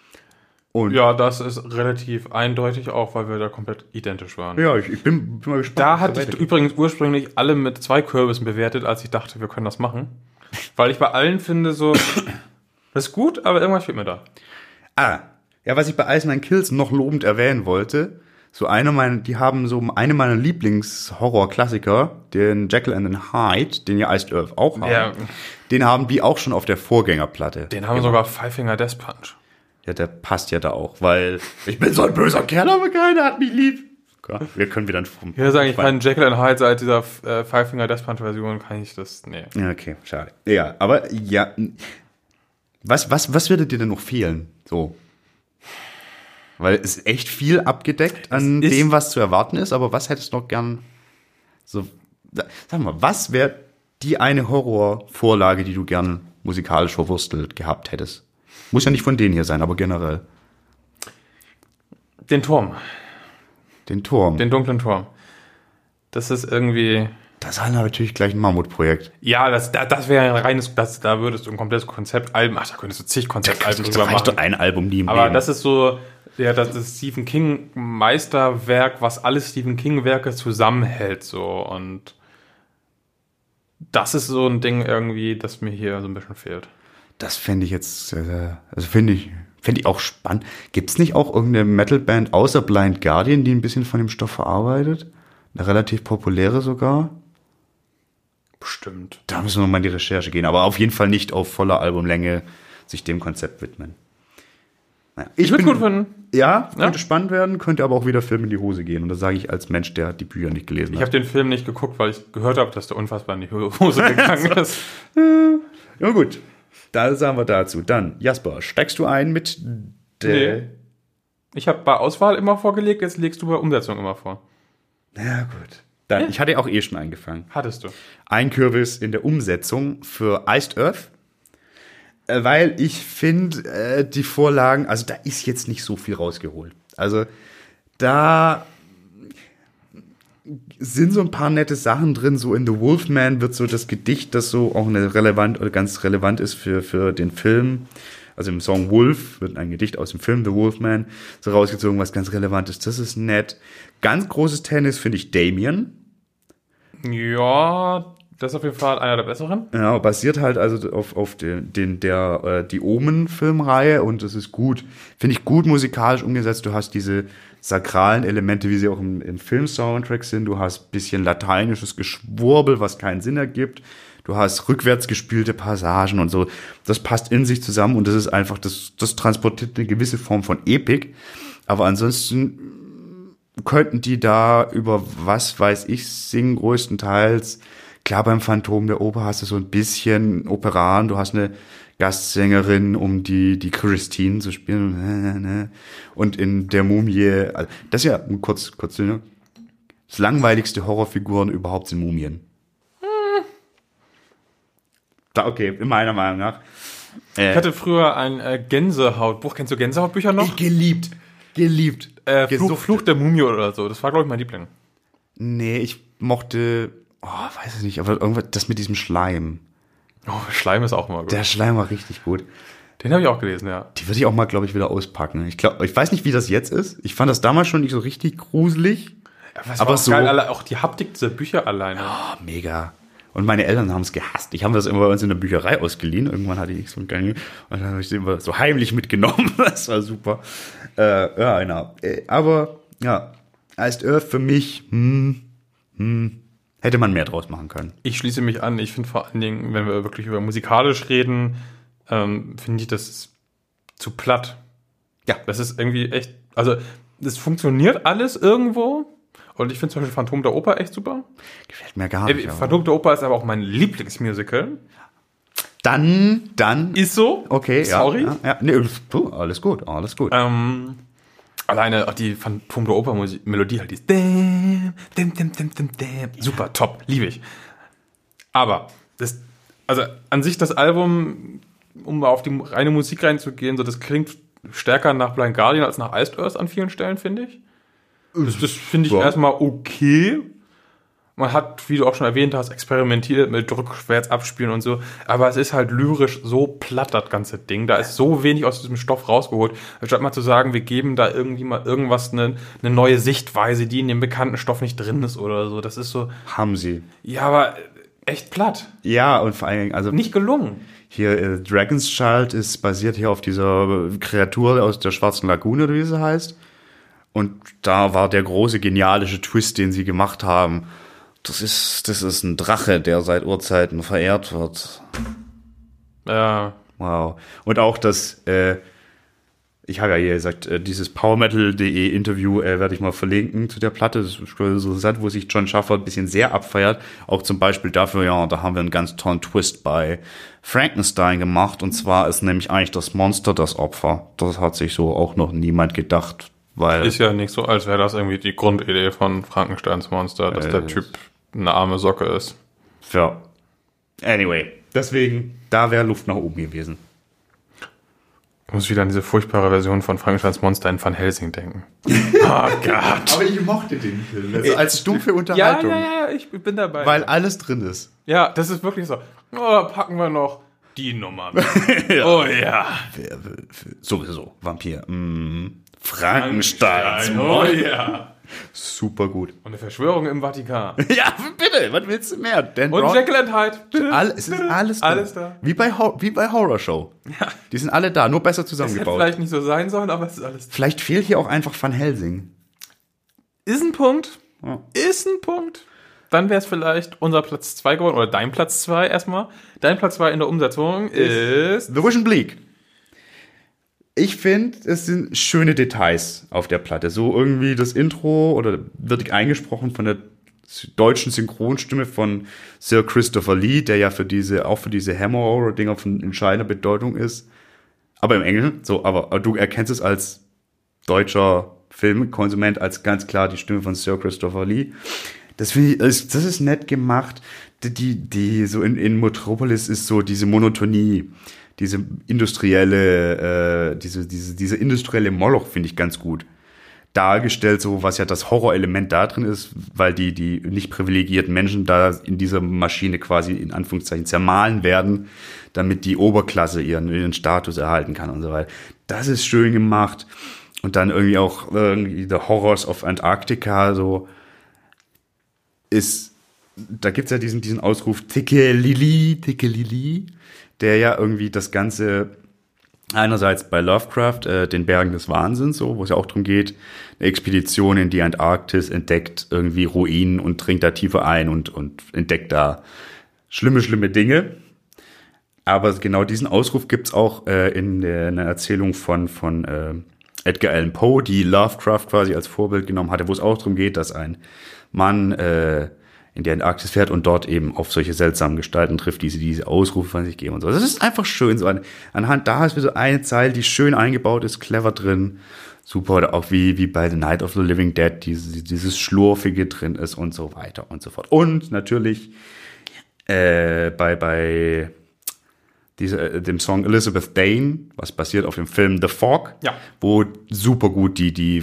Und ja, das ist relativ eindeutig auch, weil wir da komplett identisch waren. Ja, ich bin mal gespannt. Da hatte ich übrigens ursprünglich alle mit 2 Kürbissen bewertet, als ich dachte, wir können das machen. Weil ich bei allen finde so, das ist gut, aber irgendwas fehlt mir da. Ja, was ich bei Ice Nine Kills noch lobend erwähnen wollte, die haben so eine meiner Lieblings-Horror-Klassiker, den Jekyll and Hyde, den ja Iced Earth auch haben. Ja. Den haben die auch schon auf der Vorgängerplatte. Den haben sogar Five Finger Death Punch. Ja, der passt ja da auch, weil ich bin so ein böser Kerl, aber keiner hat mich lieb. Okay, wir können wieder Ich würde sagen, ich kann Jekyll and Hyde seit dieser Five Finger Death Punch Version kann ich das, nee. Okay, schade. Ja, aber ja, was würde dir denn noch fehlen? So. Weil es ist echt viel abgedeckt an dem, was zu erwarten ist, aber was hättest du noch gern so, sag mal, was wäre die eine Horrorvorlage, die du gern musikalisch verwurstelt gehabt hättest? Muss ja nicht von denen hier sein, aber generell. Den Turm. Den Turm. Den dunklen Turm. Das ist irgendwie... Das ist halt natürlich gleich ein Mammutprojekt. Ja, das wäre ein reines... da würdest du ein komplettes Konzeptalbum... Ach, da könntest du zig Konzeptalben Das drüber reicht doch machen. ein Album nie im Aber Leben. das ist so... Ja, das ist Stephen King Meisterwerk, was alle Stephen King Werke zusammenhält, so. Und das ist so ein Ding irgendwie, das mir hier so ein bisschen fehlt. Das fände ich jetzt, also fände ich auch spannend. Gibt's nicht auch irgendeine Metalband außer Blind Guardian, die ein bisschen von dem Stoff verarbeitet? Eine relativ populäre sogar? Bestimmt. Da müssen wir mal in die Recherche gehen, aber auf jeden Fall nicht auf voller Albumlänge sich dem Konzept widmen. Naja, Ich würde gut finden. Ja, Ja. könnte spannend werden, könnte aber auch wieder Film in die Hose gehen. Und das sage ich als Mensch, der die Bücher nicht gelesen Ich hat. habe den Film nicht geguckt, weil ich gehört habe, dass der unfassbar in die Hose gegangen ist. Ja gut, da sagen wir dazu. Dann, Jasper, steigst du ein mit der... Nee. Ich habe bei Auswahl immer vorgelegt, jetzt legst du bei Umsetzung immer vor. Ja gut. Dann, ich hatte auch schon eingefangen. Hattest du. Ein Kürbis in der Umsetzung für Iced Earth, weil ich finde, die Vorlagen, also da ist jetzt nicht so viel rausgeholt. Also da sind so ein paar nette Sachen drin, so in The Wolfman wird so das Gedicht, das so auch ganz relevant ist für den Film, also im Song Wolf wird ein Gedicht aus dem Film The Wolfman so rausgezogen, was ganz relevant ist, das ist nett. Ganz großes Tennis finde ich Damien. Ja, das ist auf jeden Fall einer der besseren. Ja, basiert halt also auf die Omen-Filmreihe und das ist gut. Finde ich gut musikalisch umgesetzt. Du hast diese sakralen Elemente, wie sie auch im Film-Soundtrack sind. Du hast ein bisschen lateinisches Geschwurbel, was keinen Sinn ergibt. Du hast rückwärts gespielte Passagen und so. Das passt in sich zusammen und das ist einfach, das transportiert eine gewisse Form von Epik. Aber ansonsten könnten die da über was weiß ich singen größtenteils. Klar, beim Phantom der Oper hast du so ein bisschen Operan, du hast eine Gastsängerin, um die Christine zu spielen. Und in der Mumie, das ist ja kurz, ne? Das langweiligste Horrorfiguren überhaupt sind Mumien. Okay, meiner Meinung nach. Ich hatte früher ein Gänsehautbuch. Kennst du Gänsehautbücher noch? Geliebt. Fluch der Mumie oder so. Das war, glaube ich, mein Liebling. Nee, ich mochte, weiß ich nicht, aber irgendwas, das mit diesem Schleim. Oh, Schleim ist auch immer gut. Der Schleim war richtig gut. Den habe ich auch gelesen, ja. Die würde ich auch mal, glaube ich, wieder auspacken. Ich weiß nicht, wie das jetzt ist. Ich fand das damals schon nicht so richtig gruselig. Aber so geil, auch die Haptik dieser Bücher alleine. Oh, mega. Und meine Eltern haben es gehasst. Ich habe das immer bei uns in der Bücherei ausgeliehen. Irgendwann hatte ich so einen Gang. Und dann habe ich sie immer so heimlich mitgenommen. Das war super. Ja, genau. Aber, ja, Iced Earth für mich, hätte man mehr draus machen können. Ich schließe mich an. Ich finde vor allen Dingen, wenn wir wirklich über musikalisch reden, finde ich das zu platt. Ja. Das ist irgendwie echt, also das funktioniert alles irgendwo. Und ich finde zum Beispiel Phantom der Oper echt super. Gefällt mir gar nicht. Phantom der Oper ist aber auch mein Lieblingsmusical. Dann. Ist so. Okay, Sorry. Ja. Nee, alles gut. Alleine auch die Phantom der Oper Melodie halt, die ist super, top, liebe ich. Aber also an sich das Album, um mal auf die reine Musik reinzugehen, so das klingt stärker nach Blind Guardian als nach Iced Earth an vielen Stellen, finde ich. Das finde ich erstmal okay. Man hat, wie du auch schon erwähnt hast, experimentiert mit rückwärts abspielen und so. Aber es ist halt lyrisch so platt, das ganze Ding. Da ist so wenig aus diesem Stoff rausgeholt. Statt mal zu sagen, wir geben da irgendwie mal irgendwas, eine neue Sichtweise, die in dem bekannten Stoff nicht drin ist oder so. Das ist so. Haben sie. Ja, aber echt platt. Ja, und vor allen Dingen, also. Nicht gelungen. Hier, Dragon's Child ist basiert hier auf dieser Kreatur aus der Schwarzen Lagune, oder wie sie heißt. Und da war der große genialische Twist, den sie gemacht haben. Das ist ein Drache, der seit Urzeiten verehrt wird. Ja. Wow. Und auch das, ich habe ja hier gesagt, dieses powermetal.de Interview werde ich mal verlinken zu der Platte. Das ist so interessant, wo sich John Schaffer ein bisschen sehr abfeiert. Auch zum Beispiel dafür, ja, da haben wir einen ganz tollen Twist bei Frankenstein gemacht. Und zwar ist nämlich eigentlich das Monster das Opfer. Das hat sich so auch noch niemand gedacht. Weil Ist ja nicht so, als wäre das irgendwie die Grundidee von Frankensteins Monster, dass der Typ eine arme Socke ist. ja, Anyway, deswegen, da wäre Luft nach oben gewesen. Ich muss wieder an diese furchtbare Version von Frankensteins Monster in Van Helsing denken. Oh Gott. Aber ich mochte den Film. Also als stumpfe Unterhaltung. Ja, ich bin dabei. Weil alles drin ist. Ja, das ist wirklich so. Oh, packen wir noch die Nummer mit. Oh ja. Sowieso, Vampir. Frankenstein. Oh ja. Super gut. Und eine Verschwörung im Vatikan. Ja, bitte, was willst du mehr? Dan Und Brown? Jekyll and Hyde. Es ist alles da. Alles da. Wie bei Horror Show. Ja. Die sind alle da, nur besser Das hätte zusammengebaut. vielleicht nicht so sein sollen, aber es ist alles da. Vielleicht fehlt hier auch einfach Van Helsing. Ist ein Punkt. Ja. Ist ein Punkt. Dann wäre es vielleicht unser Platz 2 geworden. Oder dein Platz 2 erstmal. Dein Platz 2 in der Umsetzung ist... The Vision Bleak. Ich finde, es sind schöne Details auf der Platte. So irgendwie das Intro oder wird eingesprochen von der deutschen Synchronstimme von Sir Christopher Lee, der ja für diese Hammer-Horror-Dinger von entscheidender Bedeutung ist. Aber im Englischen, so, aber du erkennst es als deutscher Filmkonsument als ganz klar die Stimme von Sir Christopher Lee. Das finde ich, das ist nett gemacht. Die so in Metropolis ist so diese Monotonie, diese industrielle Moloch finde ich ganz gut dargestellt, so was ja das Horrorelement da drin ist, weil die nicht privilegierten Menschen da in dieser Maschine quasi in Anführungszeichen zermahlen werden, damit die Oberklasse ihren Status erhalten kann und so weiter. Das ist schön gemacht. Und dann irgendwie auch The Horrors of Antarctica, so ist, da gibt's ja diesen Ausruf Ticke Lili, der ja irgendwie das Ganze einerseits bei Lovecraft, den Bergen des Wahnsinns, so, wo es ja auch darum geht, eine Expedition in die Antarktis, entdeckt irgendwie Ruinen und dringt da tiefer ein und entdeckt da schlimme Dinge. Aber genau diesen Ausruf gibt's auch in einer Erzählung von Edgar Allan Poe, die Lovecraft quasi als Vorbild genommen hatte, wo es auch darum geht, dass ein Mann in die Antarktis fährt und dort eben auf solche seltsamen Gestalten trifft, die diese Ausrufe von sich geben und so. Das ist einfach schön. So anhand da ist wieder eine Zeile, die schön eingebaut ist, clever drin. Super. Oder auch wie bei The Night of the Living Dead dieses Schlurfige drin ist und so weiter und so fort. Und natürlich bei dem Song Elizabeth Dane, was basiert auf dem Film The Fog, ja, wo super gut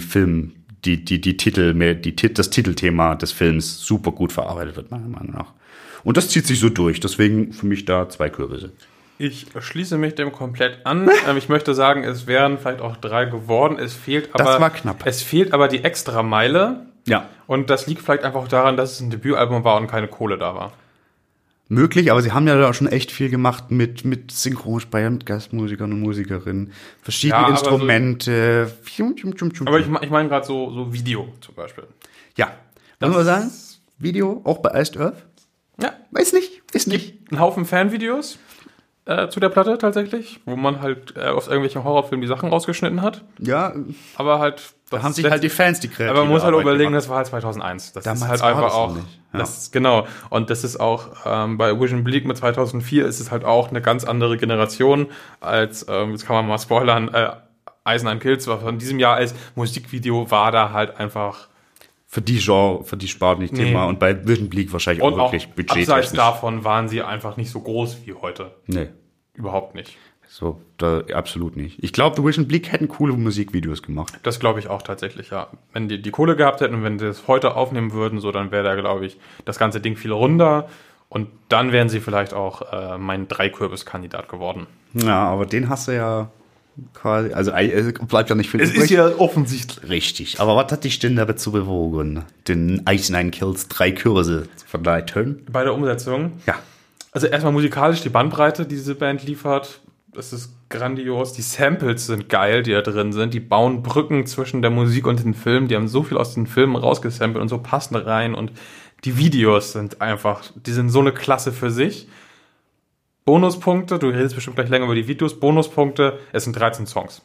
das Titelthema des Films super gut verarbeitet wird, meiner Meinung nach. Und das zieht sich so durch, deswegen für mich da 2 Kürbisse. Ich schließe mich dem komplett an. Ich möchte sagen, es wären vielleicht auch 3 geworden. Es fehlt aber, das war knapp. Es fehlt aber die Extrameile. Ja. Und das liegt vielleicht einfach auch daran, dass es ein Debütalbum war und keine Kohle da war. Möglich, aber sie haben ja da schon echt viel gemacht mit Synchronsprechern, mit Gastmusikern und Musikerinnen, verschiedene Instrumente. Aber ich meine gerade so Video zum Beispiel. Ja, wollen wir sagen, Video auch bei Iced Earth? Ja. Weiß nicht. Ein Haufen Fanvideos zu der Platte tatsächlich, wo man halt aus irgendwelchen Horrorfilmen die Sachen rausgeschnitten hat. Ja. Aber halt... Da haben sich halt die Fans die Kreative Aber man muss halt Arbeit überlegen, gemacht. das war halt 2001. Das Damals ist halt war einfach das auch... nicht. Ja. Das, genau. Und das ist auch bei Vision Bleak mit 2004 ist es halt auch eine ganz andere Generation als, jetzt kann man mal spoilern, Eisenheim Kills, was von diesem Jahr als Musikvideo war da halt einfach... Für die Sparte nicht Thema. Und bei Vision Bleak wahrscheinlich und auch wirklich budgettechnisch. Abseits davon waren sie einfach nicht so groß wie heute. Nee. Überhaupt nicht. So, absolut nicht. Ich glaube, The Vision Bleak hätten coole Musikvideos gemacht. Das glaube ich auch tatsächlich, ja. Wenn die Kohle gehabt hätten und wenn die das heute aufnehmen würden, so, dann wäre da, glaube ich, das ganze Ding viel runder. Und dann wären sie vielleicht auch mein 3-Kürbis-Kandidat geworden. Ja, aber den hast du ja quasi, also bleibt ja nicht viel übrig. Es ist ja offensichtlich. Richtig. Aber was hat dich denn dazu bewogen, den Eisenheim Kills 3 Kürbisse zu verleiten? Bei der Umsetzung? Ja. Also erstmal musikalisch die Bandbreite, die diese Band liefert. Das ist grandios. Die Samples sind geil, die da drin sind. Die bauen Brücken zwischen der Musik und den Filmen. Die haben so viel aus den Filmen rausgesampelt und so passen rein. Und die Videos sind einfach, die sind so eine Klasse für sich. Bonuspunkte, du redest bestimmt gleich länger über die Videos. Bonuspunkte, es sind 13 Songs.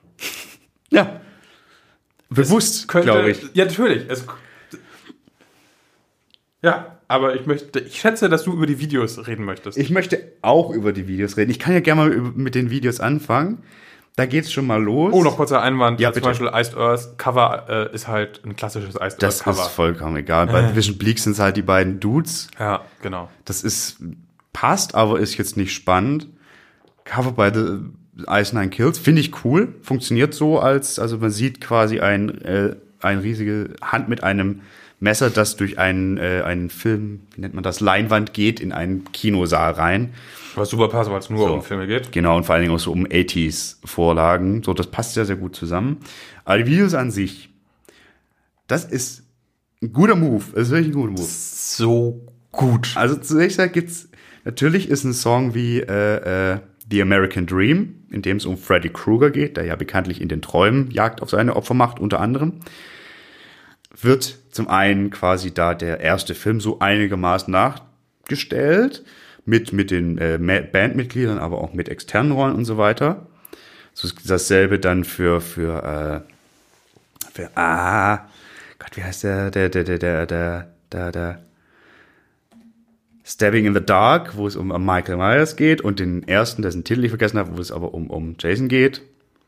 Ja. Bewusst, glaube ich. Ja, natürlich. Ja. Aber ich schätze, dass du über die Videos reden möchtest. Ich möchte auch über die Videos reden. Ich kann ja gerne mal mit den Videos anfangen. Da geht's schon mal los. Oh, noch kurzer Einwand. Ja, zum Beispiel Iced Earth Cover ist halt ein klassisches Iced Earth Cover. Das ist vollkommen egal. Bei Vision Bleak sind es halt die beiden Dudes. Ja, genau. Das ist passt, aber ist jetzt nicht spannend. Cover by the Ice Nine Kills, finde ich cool. Funktioniert so, also man sieht quasi eine riesige Hand mit einem Messer, das durch einen Film, wie nennt man das, Leinwand geht, in einen Kinosaal rein. Was super passt, weil es nur um Filme geht. Genau, und vor allen Dingen auch so um 80s-Vorlagen. So, das passt sehr, sehr gut zusammen. Aber die Videos an sich, das ist ein guter Move. Das ist wirklich ein guter Move. So gut. Also zunächst gibt's, natürlich ist ein Song wie The American Dream, in dem es um Freddy Krueger geht, der ja bekanntlich in den Träumen Jagd auf seine Opfer macht, unter anderem. Wird zum einen quasi da der erste Film so einigermaßen nachgestellt, mit den Bandmitgliedern, aber auch mit externen Rollen und so weiter. So ist dasselbe dann für Gott, wie heißt der Stabbing in the Dark, wo es um Michael Myers geht, und den ersten, dessen Titel ich vergessen habe, wo es aber um Jason geht.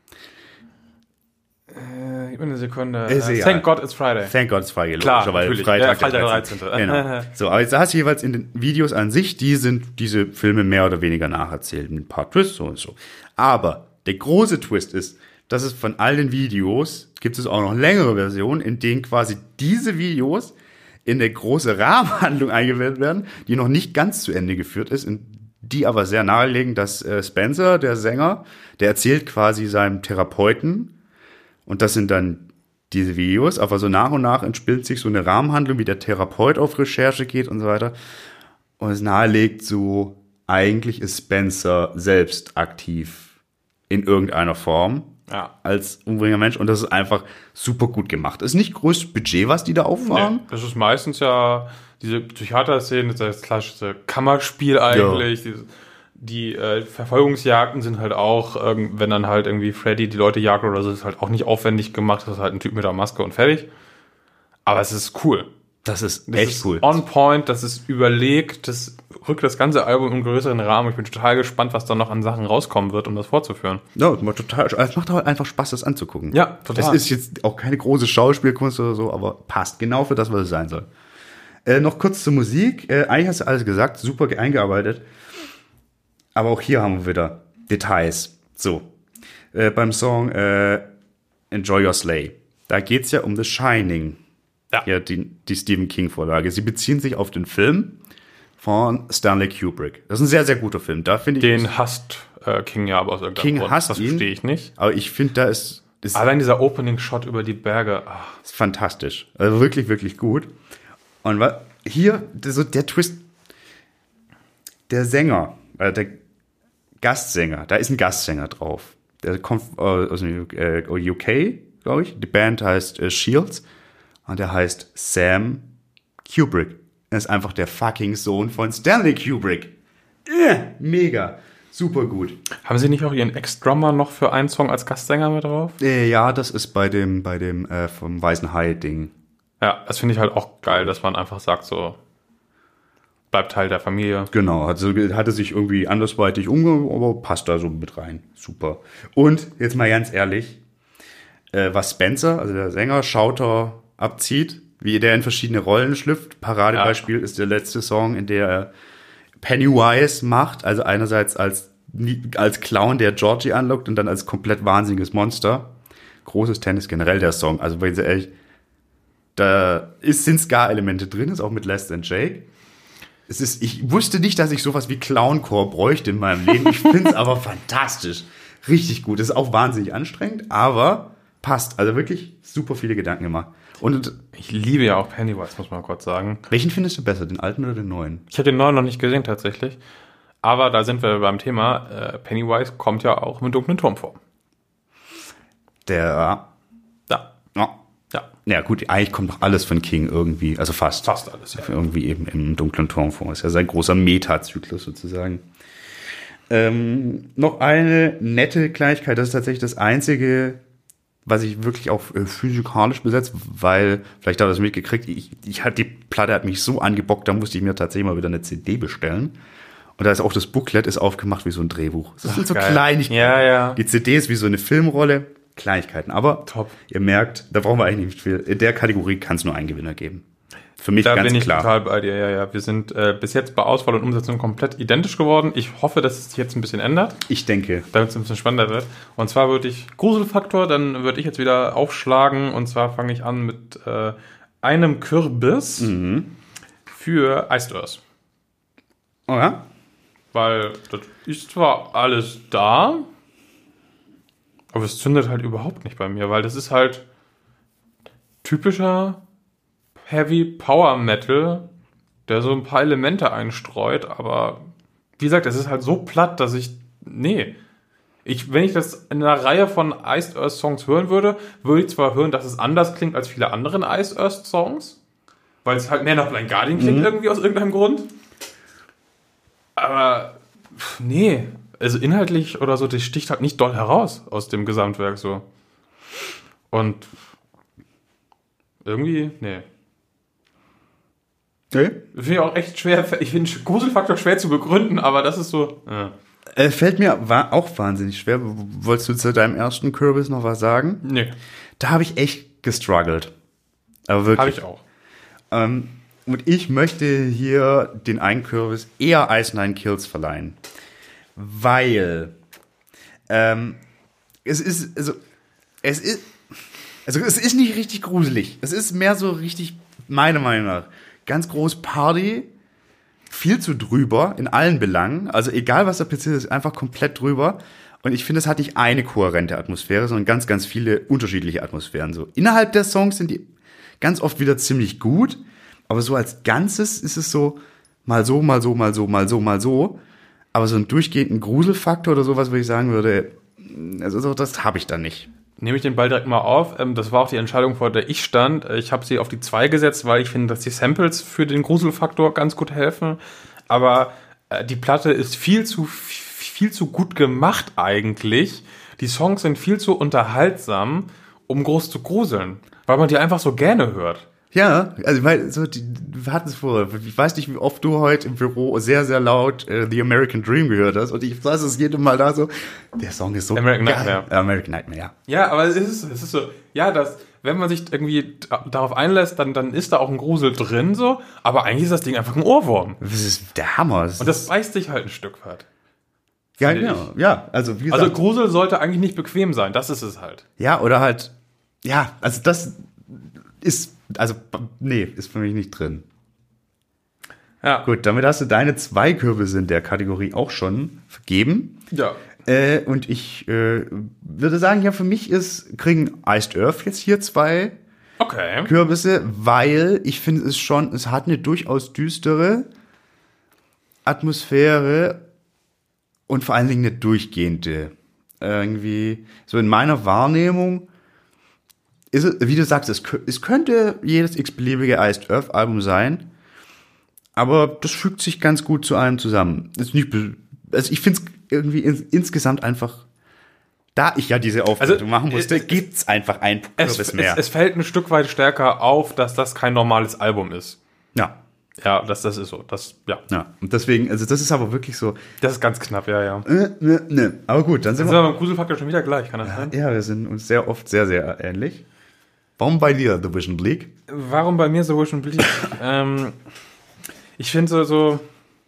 Gib mir eine Sekunde. Ja. Thank God it's Friday. Thank God it's Friday, Klar, logischerweise. Freitag der der 13. Genau. So, aber jetzt hast du jeweils in den Videos an sich, diese Filme mehr oder weniger nacherzählt, mit ein paar Twists, so und so. Aber der große Twist ist, dass es von all den Videos, gibt es auch noch längere Versionen, in denen quasi diese Videos in eine große Rahmenhandlung eingebettet werden, die noch nicht ganz zu Ende geführt ist, die aber sehr nahelegen, dass Spencer, der Sänger, der erzählt quasi seinem Therapeuten, und das sind dann diese Videos, aber so nach und nach entspinnt sich so eine Rahmenhandlung, wie der Therapeut auf Recherche geht und so weiter. Und es nahelegt so, eigentlich ist Spencer selbst aktiv in irgendeiner Form als umbringer Mensch. Und das ist einfach super gut gemacht. Das ist nicht größtes Budget, was die da auffahren. Nee, das ist meistens ja diese Psychiater-Szene, das klassische Kammerspiel eigentlich, ja. Die Verfolgungsjagden sind halt auch, wenn dann halt irgendwie Freddy die Leute jagt oder so, ist halt auch nicht aufwendig gemacht. Das ist halt ein Typ mit der Maske und fertig. Aber es ist cool. Das ist echt cool. On point, das ist überlegt, das rückt das ganze Album im größeren Rahmen. Ich bin total gespannt, was da noch an Sachen rauskommen wird, um das fortzuführen. Ja, es macht auch einfach Spaß, das anzugucken. Ja, total. Es ist jetzt auch keine große Schauspielkunst oder so, aber passt genau für das, was es sein soll. Noch kurz zur Musik. Eigentlich hast du alles gesagt, super eingearbeitet. Aber auch hier haben wir wieder Details. So, beim Song Enjoy Your Slay, da geht's ja um The Shining. Ja. Ja, die Stephen King-Vorlage. Sie beziehen sich auf den Film von Stanley Kubrick. Das ist ein sehr, sehr guter Film. Da finde ich. Den hasst King ja aber aus irgendeinem Grund. Hasst das ihn. Verstehe ich nicht. Aber ich finde, da ist allein dieser Opening-Shot über die Berge. Ist fantastisch. Also wirklich, wirklich gut. Und hier, so der Twist, der Sänger, der Gastsänger, da ist ein Gastsänger drauf. Der kommt aus dem UK, glaube ich. Die Band heißt Shields und der heißt Sam Kubrick. Er ist einfach der fucking Sohn von Stanley Kubrick. Mega. Super gut. Haben Sie nicht auch Ihren Ex-Drummer noch für einen Song als Gastsänger mit drauf? Ja, das ist bei dem vom Weißen Hai-Ding. Ja, das finde ich halt auch geil, dass man einfach sagt, so bleibt Teil der Familie. Genau, hatte sich irgendwie andersweitig aber passt da so mit rein. Super. Und jetzt mal ganz ehrlich, was Spencer, also der Sänger, Schauter abzieht, wie der in verschiedene Rollen schlüpft. Paradebeispiel ist der letzte Song, in der er Pennywise macht, also einerseits als Clown, der Georgie anlockt, und dann als komplett wahnsinniges Monster. Großes Tennis generell der Song. Also wenn sie ehrlich, da sind Ska-Elemente drin, ist auch mit Less Than Jake. Ich wusste nicht, dass ich sowas wie Clowncore bräuchte in meinem Leben. Ich finde es aber fantastisch. Richtig gut. Es ist auch wahnsinnig anstrengend, aber passt. Also wirklich super viele Gedanken gemacht. Und ich liebe ja auch Pennywise, muss man kurz sagen. Welchen findest du besser, den alten oder den neuen? Ich habe den neuen noch nicht gesehen tatsächlich. Aber da sind wir beim Thema. Pennywise kommt ja auch im dunklen Turm vor. Ja, gut, eigentlich kommt doch alles von King irgendwie, also fast. Fast alles, ja. Irgendwie eben im dunklen Turm vor. Ist ja sein großer Meta-Zyklus sozusagen. Noch eine nette Kleinigkeit, das ist tatsächlich das einzige, was ich wirklich auch physikalisch besetzt, weil, vielleicht habt ihr das mitgekriegt, die Platte hat mich so angebockt, da musste ich mir tatsächlich mal wieder eine CD bestellen. Und da ist auch das Booklet ist aufgemacht wie so ein Drehbuch. Das sind so Kleinigkeiten. Ja. Die CD ist wie so eine Filmrolle. Kleinigkeiten. Aber top. Ihr merkt, da brauchen wir eigentlich nicht viel. In der Kategorie kann es nur einen Gewinner geben. Für mich Da ganz bin ich klar. total bei dir, ja. Wir sind bis jetzt bei Auswahl und Umsetzung komplett identisch geworden. Ich hoffe, dass es sich jetzt ein bisschen ändert, Ich denke. damit es ein bisschen spannender wird. Und zwar würde ich Gruselfaktor, dann würde ich jetzt wieder aufschlagen. Und zwar fange ich an mit einem Kürbis für Iced Earth. Oh ja? Weil das ist zwar alles da, aber es zündet halt überhaupt nicht bei mir, weil das ist halt typischer Heavy Power Metal, der so ein paar Elemente einstreut, aber wie gesagt, es ist halt so platt, dass wenn ich das in einer Reihe von Iced Earth Songs hören würde, würde ich zwar hören, dass es anders klingt als viele andere Iced Earth Songs, weil es halt mehr nach Blind Guardian klingt irgendwie aus irgendeinem Grund. Aber nee, also inhaltlich oder so, das sticht halt nicht doll heraus aus dem Gesamtwerk so. Und irgendwie, nee. Okay. Finde ich auch echt schwer, ich finde Gruselfaktor schwer zu begründen, aber das ist so. Ja. Fällt mir auch wahnsinnig schwer. Wolltest du zu deinem ersten Kürbis noch was sagen? Nee, Da habe ich echt gestruggelt. Aber wirklich. habe ich auch. Und ich möchte hier den einen Kürbis eher Ice Nine Kills verleihen. Weil es ist nicht richtig gruselig. Es ist mehr so richtig, meiner Meinung nach, ganz groß Party, viel zu drüber in allen Belangen. Also egal, was da passiert ist, einfach komplett drüber. Und ich finde, es hat nicht eine kohärente Atmosphäre, sondern ganz, ganz viele unterschiedliche Atmosphären. So innerhalb der Songs sind die ganz oft wieder ziemlich gut, aber so als Ganzes ist es so mal so, mal so, mal so, mal so, mal so. Aber so einen durchgehenden Gruselfaktor oder sowas, würde ich sagen würde, also das habe ich da nicht. Nehme ich den Ball direkt mal auf. Das war auch die Entscheidung, vor der ich stand. Ich habe sie auf die 2 gesetzt, weil ich finde, dass die Samples für den Gruselfaktor ganz gut helfen. Aber die Platte ist viel zu gut gemacht eigentlich. Die Songs sind viel zu unterhaltsam, um groß zu gruseln. Weil man die einfach so gerne hört. Ja, also weil wir hatten es vorher. Ich weiß nicht, wie oft du heute im Büro sehr, sehr laut The American Dream gehört hast. Und ich saß es jedes Mal da so, der Song ist so American geil. Nightmare. American Nightmare, ja. Ja, aber es ist so, ja, wenn man sich irgendwie darauf einlässt, dann ist da auch ein Grusel drin so. Aber eigentlich ist das Ding einfach ein Ohrwurm. Das ist der Hammer. Und das beißt dich halt ein Stück weit. ja, finde genau. Ja, also wie gesagt. Also Grusel sollte eigentlich nicht bequem sein, das ist es halt. ja, oder halt, ja, also das ist, also, nee, ist für mich nicht drin. Ja. Gut, damit hast du deine 2 Kürbisse in der Kategorie auch schon vergeben. Ja. Und ich würde sagen, ja, für mich kriegen Iced Earth jetzt hier 2 Okay. Kürbisse, weil ich finde es hat eine durchaus düstere Atmosphäre und vor allen Dingen eine durchgehende. Irgendwie, so in meiner Wahrnehmung ist es, wie du sagst, es könnte jedes x-beliebige Iced Earth Album sein, aber das fügt sich ganz gut zu allem zusammen. Also ich finde es irgendwie insgesamt einfach, da ich ja diese Aufwertung machen musste, gibt's einfach ein Kürbis mehr. Es fällt ein Stück weit stärker auf, dass das kein normales Album ist. Ja. Ja, das ist so. Ja, und deswegen, also das ist aber wirklich so. Das ist ganz knapp, ja. Ne. Aber gut, dann sind Sind wir beim Gruselfaktor schon wieder gleich, kann das sein? Ja, wir sind uns sehr oft sehr, sehr ähnlich. Warum bei dir The Vision Bleak? Warum bei mir so schon blieb? Ich finde so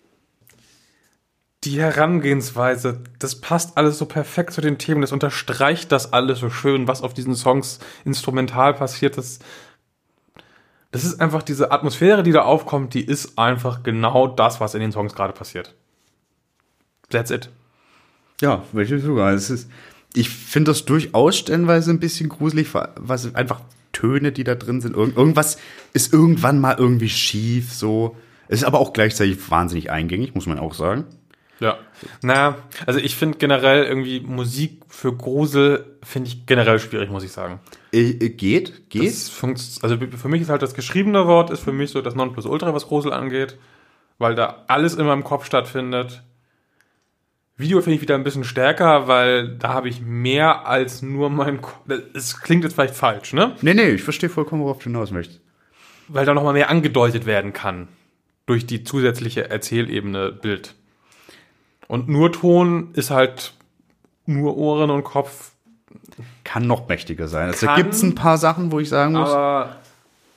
die Herangehensweise, das passt alles so perfekt zu den Themen, das unterstreicht das alles so schön, was auf diesen Songs instrumental passiert. Das ist einfach diese Atmosphäre, die da aufkommt, die ist einfach genau das, was in den Songs gerade passiert. That's it. Ja, welche sogar. Ich finde das durchaus stellenweise ein bisschen gruselig, was einfach Töne, die da drin sind. Irgendwas ist irgendwann mal irgendwie schief, so. Es ist aber auch gleichzeitig wahnsinnig eingängig, muss man auch sagen. Ja. Naja, also ich finde generell irgendwie Musik für Grusel finde ich generell schwierig, muss ich sagen. Geht. Also für mich ist halt das geschriebene Wort ist für mich so das Nonplusultra, was Grusel angeht, weil da alles in meinem Kopf stattfindet. Video finde ich wieder ein bisschen stärker, weil da habe ich mehr als nur mein Kopf. Es klingt jetzt vielleicht falsch, ne? Nee, ich verstehe vollkommen, worauf du hinaus möchtest. Weil da nochmal mehr angedeutet werden kann durch die zusätzliche Erzählebene Bild. Und nur Ton ist halt nur Ohren und Kopf. Kann noch mächtiger sein. Also da gibt es ein paar Sachen, wo ich sagen muss. Aber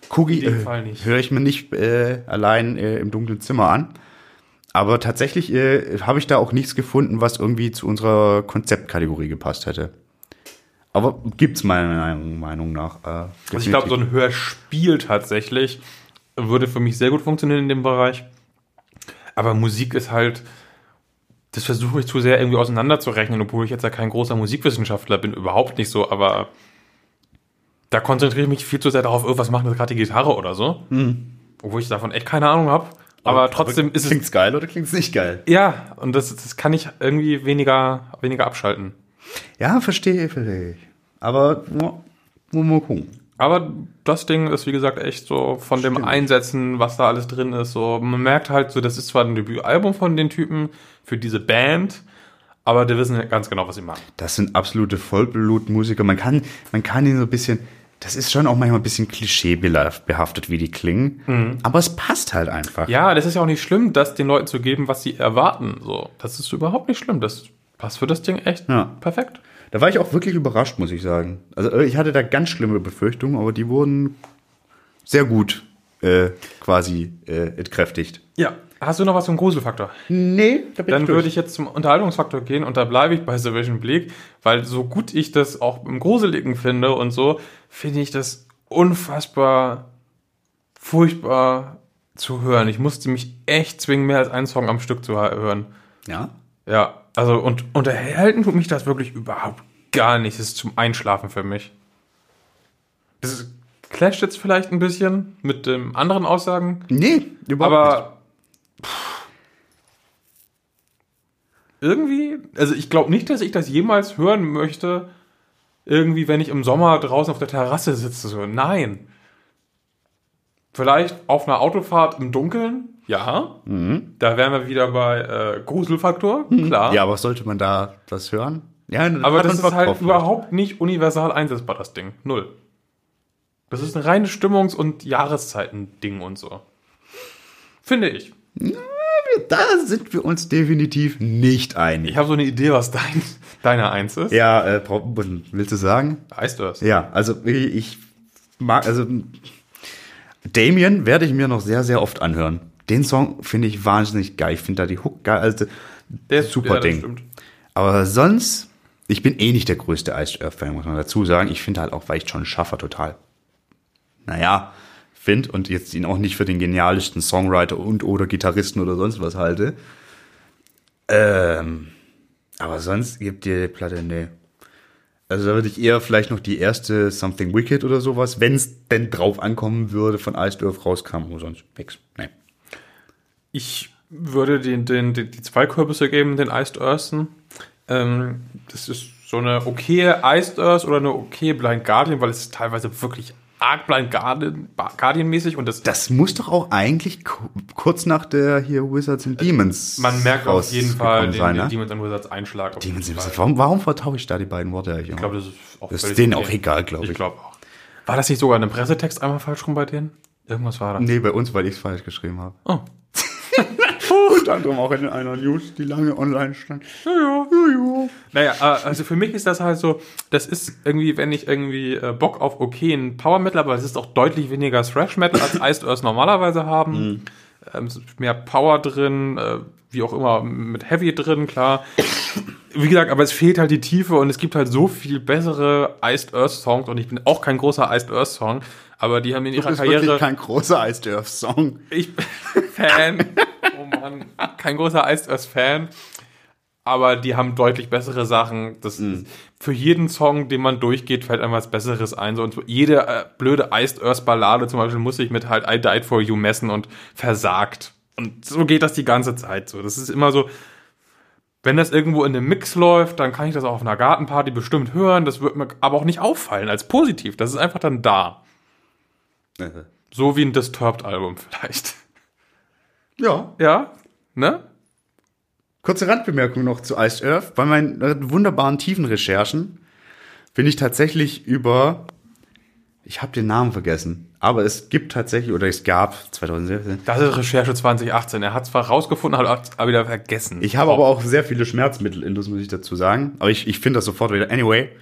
Cookie In dem Fall nicht. höre ich mir nicht allein im dunklen Zimmer an. Aber tatsächlich habe ich da auch nichts gefunden, was irgendwie zu unserer Konzeptkategorie gepasst hätte. Aber gibt's meiner Meinung nach. Also ich glaube, so ein Hörspiel tatsächlich würde für mich sehr gut funktionieren in dem Bereich. Aber Musik ist halt, das versuche ich zu sehr irgendwie auseinanderzurechnen, obwohl ich jetzt ja kein großer Musikwissenschaftler bin, überhaupt nicht so, aber da konzentriere ich mich viel zu sehr darauf, was macht jetzt gerade die Gitarre oder so. Obwohl ich davon echt keine Ahnung habe. Aber trotzdem ist es... Klingt's geil oder klingt's nicht geil? Ja, und das kann ich irgendwie weniger abschalten. Ja, verstehe ich. Aber mal gucken. Aber das Ding ist, wie gesagt, echt so von dem Einsetzen, was da alles drin ist, so, man merkt halt so, das ist zwar ein Debütalbum von den Typen für diese Band, aber die wissen ganz genau, was sie machen. Das sind absolute Vollblutmusiker. Man kann ihn so ein bisschen, das ist schon auch manchmal ein bisschen klischeebehaftet, wie die klingen, aber es passt halt einfach. Ja, das ist ja auch nicht schlimm, das den Leuten zu geben, was sie erwarten, so. Das ist überhaupt nicht schlimm, das passt für das Ding echt perfekt. Da war ich auch wirklich überrascht, muss ich sagen. Also ich hatte da ganz schlimme Befürchtungen, aber die wurden sehr gut quasi entkräftigt. Ja. Hast du noch was zum Gruselfaktor? Nee, da bin Dann würde ich jetzt zum Unterhaltungsfaktor gehen und da bleibe ich bei The Vision Bleak, weil so gut ich das auch im Gruseligen finde und so, finde ich das unfassbar furchtbar zu hören. Ich musste mich echt zwingen, mehr als einen Song am Stück zu hören. Ja? Ja, also und unterhalten tut mich das wirklich überhaupt gar nicht. Das ist zum Einschlafen für mich. Das clasht jetzt vielleicht ein bisschen mit den anderen Aussagen. Nee, überhaupt nicht. Irgendwie, also ich glaube nicht, dass ich das jemals hören möchte, irgendwie, wenn ich im Sommer draußen auf der Terrasse sitze. So, nein. Vielleicht auf einer Autofahrt im Dunkeln, ja. Da wären wir wieder bei Gruselfaktor, klar. Ja, aber sollte man da das hören? Ja, aber das ist halt überhaupt nicht universal einsetzbar, das Ding. Null. Das ist ein reines Stimmungs- und Jahreszeiten-Ding und so. Finde ich. Da sind wir uns definitiv nicht einig. Ich habe so eine Idee, was deine Eins ist. Ja, willst du sagen? Heißt das? Ja, also ich mag, also Damien werde ich mir noch sehr, sehr oft anhören. Den Song finde ich wahnsinnig geil. Ich finde da die Hook geil. Also, Der ist super Ding. Stimmt. Aber sonst, ich bin eh nicht der größte Iced Earth-Fan, muss man dazu sagen. Ich finde halt auch, weil ich John Schaffer total, finde und jetzt ihn auch nicht für den genialsten Songwriter und oder Gitarristen oder sonst was halte. Aber sonst gibt die Platte, nee. Also da würde ich eher vielleicht noch die erste Something Wicked oder sowas, wenn es denn drauf ankommen würde, von Iced Earth rauskam oder sonst nix. Nee. Ich würde die zwei Kürbisse geben, den Iced Earthen. Das ist so eine okaye Iced Earth oder eine okaye Blind Guardian, weil es ist teilweise wirklich arg Blind Guardian-mäßig. Und das muss doch auch eigentlich kurz nach der hier Wizards and Demons man merkt auf jeden Fall den Demons and Wizards Einschlag. Warum vertausche ich da die beiden Worte eigentlich? Ich glaube, das ist auch das ist denen auch egal, glaube ich. Ich glaube auch. War das nicht sogar in einem Pressetext einmal falsch rum bei denen? Irgendwas war das. Nee, bei uns, weil ich es falsch geschrieben habe. Oh. Unter anderem auch in einer News, die lange online stand. Ja. Naja, also für mich ist das halt so, das ist irgendwie, wenn ich irgendwie Bock auf okayen Power Metal, aber es ist auch deutlich weniger Thrash Metal als Iced Earth normalerweise haben. Es ist mehr Power drin, wie auch immer, mit Heavy drin, klar. Wie gesagt, aber es fehlt halt die Tiefe und es gibt halt so viel bessere Iced Earth Songs und ich bin auch kein großer Iced Earth Song, aber die haben in ihrer Karriere... wirklich kein großer Iced Earth Song. Ich bin Fan. Oh Mann, kein großer Iced Earth Fan. Aber die haben deutlich bessere Sachen. Das ist, für jeden Song, den man durchgeht, fällt einem was Besseres ein. So, und jede blöde Iced Earth Ballade zum Beispiel muss sich mit halt I Died For You messen und versagt. Und so geht das die ganze Zeit so. Das ist immer so, wenn das irgendwo in einem Mix läuft, dann kann ich das auch auf einer Gartenparty bestimmt hören. Das wird mir aber auch nicht auffallen als positiv. Das ist einfach dann da. So wie ein Disturbed-Album vielleicht. Ja. Ja, ne? Kurze Randbemerkung noch zu Iced Earth. Bei meinen wunderbaren tiefen Recherchen bin ich tatsächlich ich habe den Namen vergessen, aber es gibt tatsächlich, oder es gab 2017. Das ist Recherche 2018. Er hat zwar rausgefunden, hat aber wieder vergessen. Ich habe aber auch sehr viele Schmerzmittel, das muss ich dazu sagen. Aber ich finde das sofort wieder. Anyway,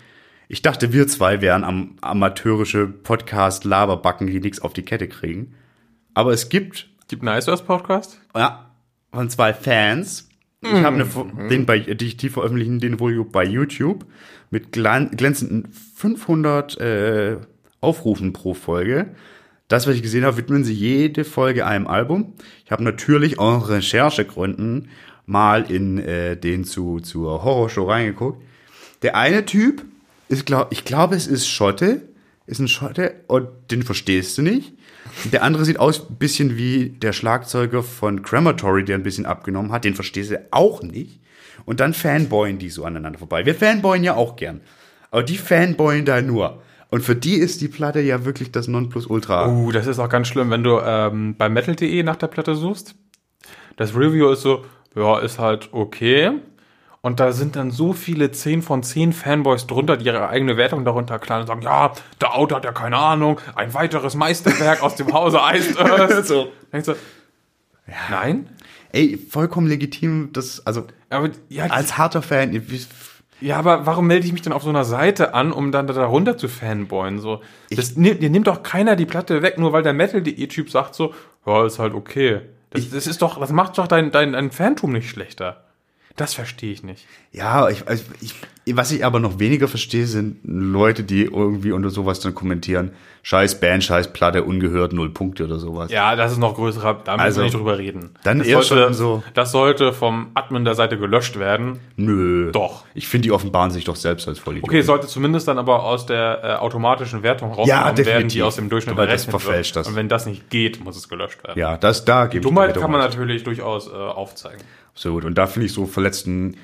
Ich dachte, wir zwei wären amateurische Podcast-Laberbacken, die nichts auf die Kette kriegen. Aber es gibt Nice Earth Podcast? Ja, von 2 Fans. Ich habe die veröffentlichen den wohl bei YouTube mit glänzenden 500 Aufrufen pro Folge. Das, was ich gesehen habe, widmen sie jede Folge einem Album. Ich habe natürlich aus Recherchegründen mal in den zur Horrorshow reingeguckt. Der eine Typ ist, ich glaube, es ist ein Schotte und den verstehst du nicht. Der andere sieht aus ein bisschen wie der Schlagzeuger von Crematory, der ein bisschen abgenommen hat. Den verstehst du auch nicht. Und dann fanboyen die so aneinander vorbei. Wir fanboyen ja auch gern. Aber die fanboyen da nur. Und für die ist die Platte ja wirklich das Nonplusultra. Das ist auch ganz schlimm, wenn du bei metal.de nach der Platte suchst. Das Review ist so, ja, ist halt okay. Und da sind dann so viele 10 von 10 Fanboys drunter, die ihre eigene Wertung darunter klein und sagen, ja, der Autor hat ja keine Ahnung, ein weiteres Meisterwerk aus dem Hause Iced Earth. So. Denkst du, ja. Nein? Ey, vollkommen legitim, Aber, ja, als harter Fan. Ja, aber warum melde ich mich dann auf so einer Seite an, um dann da runter zu fanboyen? So, dir nimmt doch keiner die Platte weg, nur weil der Metal.de-Typ sagt so, ja, ist halt okay. Das macht doch dein Fantum nicht schlechter. Das verstehe ich nicht. Ja, was ich aber noch weniger verstehe, sind Leute, die irgendwie unter sowas dann kommentieren, scheiß Band, scheiß Platte, ungehört, 0 Punkte oder sowas. Ja, das ist noch größerer, da müssen wir nicht drüber reden. Dann Das sollte vom Admin der Seite gelöscht werden. Nö. Doch. Ich finde, die offenbaren sich doch selbst als Vollidioten. Okay, sollte zumindest dann aber aus der automatischen Wertung rausgenommen werden, die aus dem Durchschnitt weil das verfälscht wird. Und wenn das nicht geht, muss es gelöscht werden. Ja, da gebe ich Dummheit kann man natürlich durchaus aufzeigen. Absolut. Und da finde ich so verletzten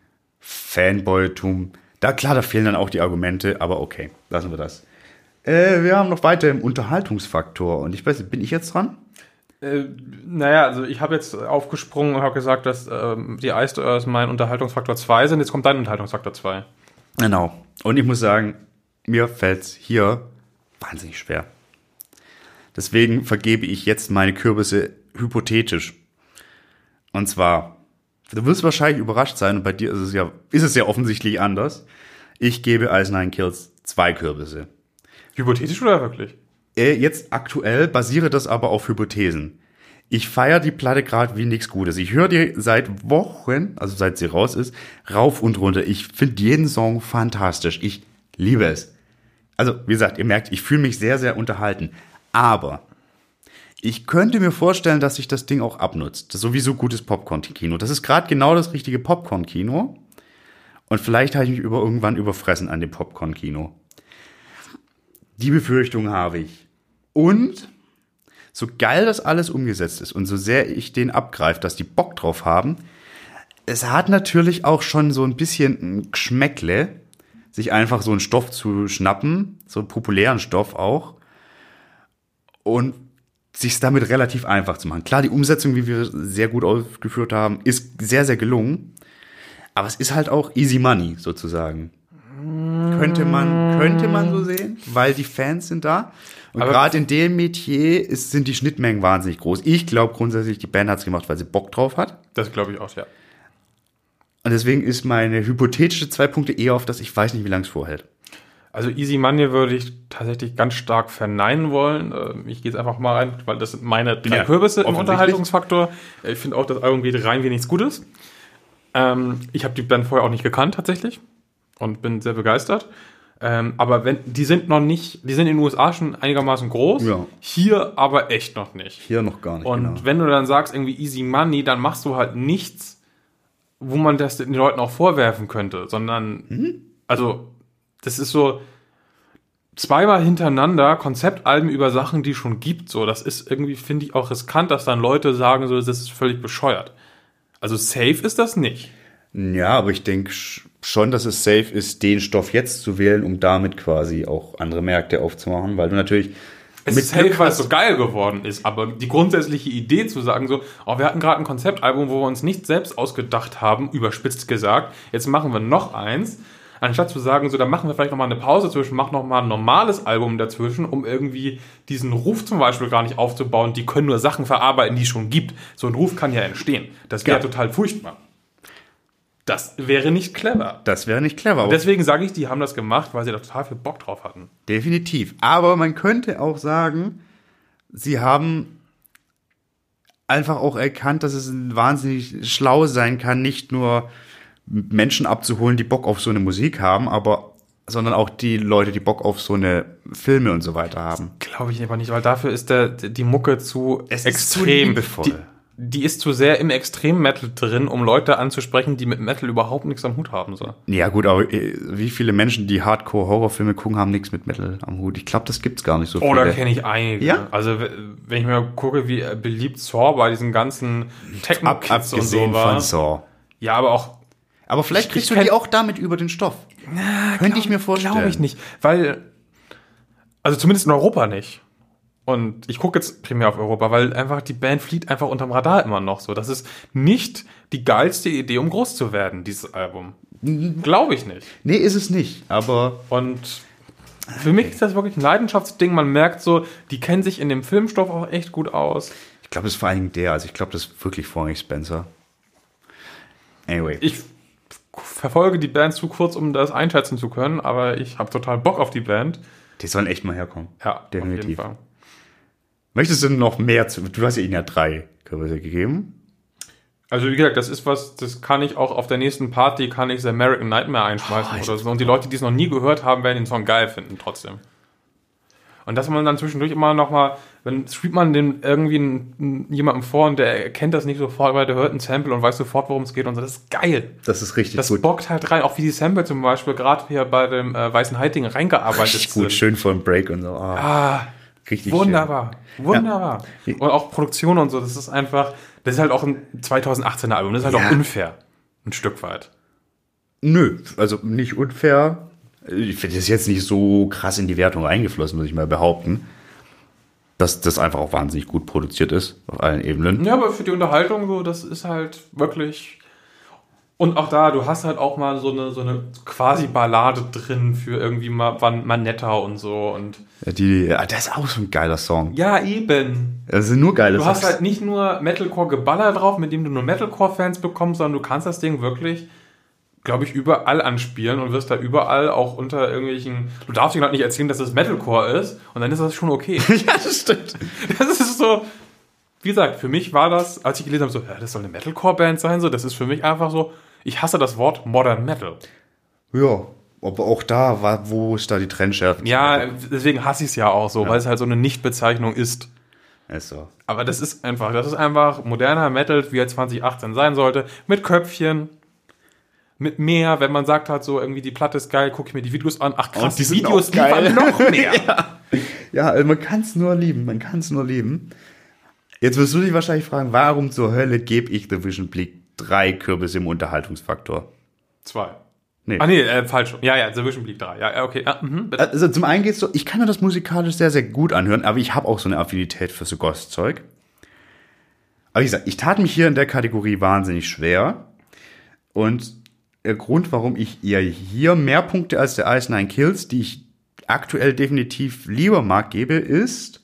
Fanboytum. Da fehlen dann auch die Argumente, aber okay, lassen wir das. Wir haben noch weiter im Unterhaltungsfaktor. Und ich weiß nicht, bin ich jetzt dran? Also ich habe jetzt aufgesprungen und habe gesagt, dass die Iced Earth mein Unterhaltungsfaktor 2 sind. Jetzt kommt dein Unterhaltungsfaktor 2. Genau. Und ich muss sagen, mir fällt's hier wahnsinnig schwer. Deswegen vergebe ich jetzt meine Kürbisse hypothetisch. Und zwar, du wirst wahrscheinlich überrascht sein, und bei dir ist es ja offensichtlich anders. Ich gebe Ice Nine Kills 2 Kürbisse. Hypothetisch oder wirklich? Jetzt aktuell basiere das aber auf Hypothesen. Ich feiere die Platte gerade wie nichts Gutes. Ich höre die seit Wochen, also seit sie raus ist, rauf und runter. Ich finde jeden Song fantastisch. Ich liebe es. Also, wie gesagt, ihr merkt, ich fühle mich sehr, sehr unterhalten. Aber ich könnte mir vorstellen, dass sich das Ding auch abnutzt. Das ist sowieso gutes Popcorn-Kino. Das ist gerade genau das richtige Popcorn-Kino. Und vielleicht habe ich mich irgendwann überfressen an dem Popcorn-Kino. Die Befürchtung habe ich. Und so geil das alles umgesetzt ist und so sehr ich den abgreife, dass die Bock drauf haben, es hat natürlich auch schon so ein bisschen ein Geschmäckle, sich einfach so einen Stoff zu schnappen, so einen populären Stoff auch, und sich damit relativ einfach zu machen. Klar, die Umsetzung, wie wir sehr gut ausgeführt haben, ist sehr, sehr gelungen. Aber es ist halt auch easy money, sozusagen. Könnte man so sehen, weil die Fans sind da. Und gerade in dem Metier sind die Schnittmengen wahnsinnig groß. Ich glaube grundsätzlich, die Band hat es gemacht, weil sie Bock drauf hat. Das glaube ich auch, ja. Und deswegen ist meine hypothetische 2 Punkte eher auf das, ich weiß nicht, wie lange es vorhält. Also Easy Money würde ich tatsächlich ganz stark verneinen wollen. Ich gehe jetzt einfach mal rein, weil das sind meine 3 Kürbisse im Unterhaltungsfaktor. Ich finde auch, das Album geht rein wie nichts Gutes. Ich habe die Band vorher auch nicht gekannt tatsächlich und bin sehr begeistert. Aber die sind in den USA schon einigermaßen groß, ja. Hier aber echt noch nicht. Hier noch gar nicht, Und wenn du dann sagst, irgendwie Easy Money, dann machst du halt nichts, wo man das den Leuten auch vorwerfen könnte, sondern, also, das ist so 2-mal hintereinander Konzeptalben über Sachen, die es schon gibt, so, das ist irgendwie, finde ich, auch riskant, dass dann Leute sagen, so, das ist völlig bescheuert. Also safe ist das nicht. Ja, aber ich denke schon, dass es safe ist, den Stoff jetzt zu wählen, um damit quasi auch andere Märkte aufzumachen, weil du natürlich es ist safe, weil es so geil geworden ist, aber die grundsätzliche Idee zu sagen so, wir hatten gerade ein Konzeptalbum, wo wir uns nicht selbst ausgedacht haben, überspitzt gesagt, jetzt machen wir noch eins, anstatt zu sagen, so, dann machen wir vielleicht nochmal eine Pause zwischen, machen nochmal ein normales Album dazwischen, um irgendwie diesen Ruf zum Beispiel gar nicht aufzubauen, die können nur Sachen verarbeiten, die es schon gibt. So ein Ruf kann ja entstehen. Das wäre total furchtbar. Das wäre nicht clever. Das wäre nicht clever. Und deswegen sage ich, die haben das gemacht, weil sie da total viel Bock drauf hatten. Definitiv. Aber man könnte auch sagen, sie haben einfach auch erkannt, dass es wahnsinnig schlau sein kann, nicht nur Menschen abzuholen, die Bock auf so eine Musik haben, sondern auch die Leute, die Bock auf so eine Filme und so weiter haben. Glaube ich aber nicht, weil dafür ist die Mucke zu Es extrem. ist zu liebevoll. Die ist zu sehr im Extrem-Metal drin, um Leute anzusprechen, die mit Metal überhaupt nichts am Hut haben. So. Ja gut, aber wie viele Menschen, die Hardcore-Horrorfilme gucken, haben nichts mit Metal am Hut? Ich glaube, das gibt's gar nicht so viele. Oh, da kenne ich einige. Ja? Also wenn ich mir gucke, wie beliebt Saw bei diesen ganzen Techno-Kids und so Abgesehen war. von Saw. Ja, aber auch... Aber vielleicht kriegst du die auch damit über den Stoff. Könnte ich mir vorstellen. Glaube ich nicht, weil... Also zumindest in Europa nicht. Und ich gucke jetzt primär auf Europa, weil einfach die Band fliegt einfach unterm Radar immer noch so. Das ist nicht die geilste Idee, um groß zu werden, dieses Album. Glaube ich nicht. Nee, ist es nicht, aber... Und für mich ist das wirklich ein Leidenschaftsding. Man merkt so, die kennen sich in dem Filmstoff auch echt gut aus. Ich glaube, das ist vor allem also ich glaube, das ist wirklich vorrangig Spencer. Anyway. Ich verfolge die Band zu kurz, um das einschätzen zu können, aber ich habe total Bock auf die Band. Die sollen echt mal herkommen. Ja, definitiv. auf jeden Fall. Möchtest du noch mehr du hast ja ihnen ja 3 Kürbisse gegeben. Also wie gesagt, das ist was, das kann ich auch auf der nächsten Party, kann ich The American Nightmare einschmeißen oder so. Und die Leute, die es noch nie gehört haben, werden den Song geil finden trotzdem. Und dass man dann zwischendurch immer noch mal, wenn streamt man den irgendwie jemandem vor und der erkennt das nicht sofort, weil der hört ein Sample und weiß sofort, worum es geht und so, das ist geil. Das ist richtig das gut. Das bockt halt rein, auch wie die Sample zum Beispiel gerade hier bei dem Weißen Hai-Ding reingearbeitet richtig gut, schön vor dem Break und so. Richtig wunderbar, schön. Wunderbar. Ja. Und auch Produktion und so, das ist einfach, das ist halt auch ein 2018er Album, das ist halt auch unfair, ein Stück weit. Nö, also nicht unfair. Ich finde, das ist jetzt nicht so krass in die Wertung eingeflossen, muss ich mal behaupten. Dass das einfach auch wahnsinnig gut produziert ist, auf allen Ebenen. Ja, aber für die Unterhaltung so, das ist halt wirklich... Und auch da, du hast halt auch mal so eine quasi Ballade drin für irgendwie mal netter und so. Und das ist auch so ein geiler Song. Ja, eben. Das sind nur geile Songs. Du hast halt nicht nur Metalcore-Geballer drauf, mit dem du nur Metalcore-Fans bekommst, sondern du kannst das Ding wirklich... glaube ich, überall anspielen und wirst da überall auch unter irgendwelchen... Du darfst dir halt nicht erzählen, dass das Metalcore ist und dann ist das schon okay. Ja, das stimmt. Das ist so... Wie gesagt, für mich war das, als ich gelesen habe, so, ja, das soll eine Metalcore-Band sein, so, das ist für mich einfach so, ich hasse das Wort Modern Metal. Ja, aber auch da, wo ist da die Trennschärfe? Ja, deswegen hasse ich es ja auch so, weil es halt so eine Nichtbezeichnung ist. Ist so. Aber das ist einfach moderner Metal, wie er 2018 sein sollte, mit Köpfchen, mit mehr, wenn man sagt halt so, irgendwie die Platte ist geil, gucke ich mir die Videos an, ach krass, die Videos liefern noch mehr. Ja, also man kann es nur lieben, Jetzt wirst du dich wahrscheinlich fragen, warum zur Hölle gebe ich The Vision Bleak 3 Kürbisse im Unterhaltungsfaktor? 2. Nee. Ah nee, falsch. Ja, The Vision Bleak 3. Ja, okay. Bitte. Also zum einen geht's so, ich kann mir das musikalisch sehr, sehr gut anhören, aber ich habe auch so eine Affinität für so Ghost-Zeug. Aber wie gesagt, ich tat mich hier in der Kategorie wahnsinnig schwer. Und der Grund, warum ich ihr hier mehr Punkte als der Ice Nine Kills, die ich aktuell definitiv lieber mag, gebe, ist,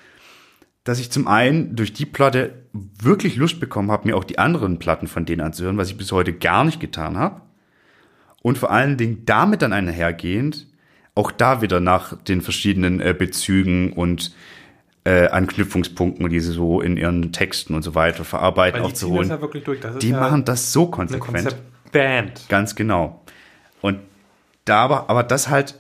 dass ich zum einen durch die Platte wirklich Lust bekommen habe, mir auch die anderen Platten von denen anzuhören, was ich bis heute gar nicht getan habe. Und vor allen Dingen damit dann einhergehend, auch da wieder nach den verschiedenen Bezügen und Anknüpfungspunkten, die sie so in ihren Texten und so weiter verarbeiten, Weil die ziehen das ja wirklich durch. Das ist die ja machen das so eine konsequent. Konzeptband. Ganz genau. Und da aber das halt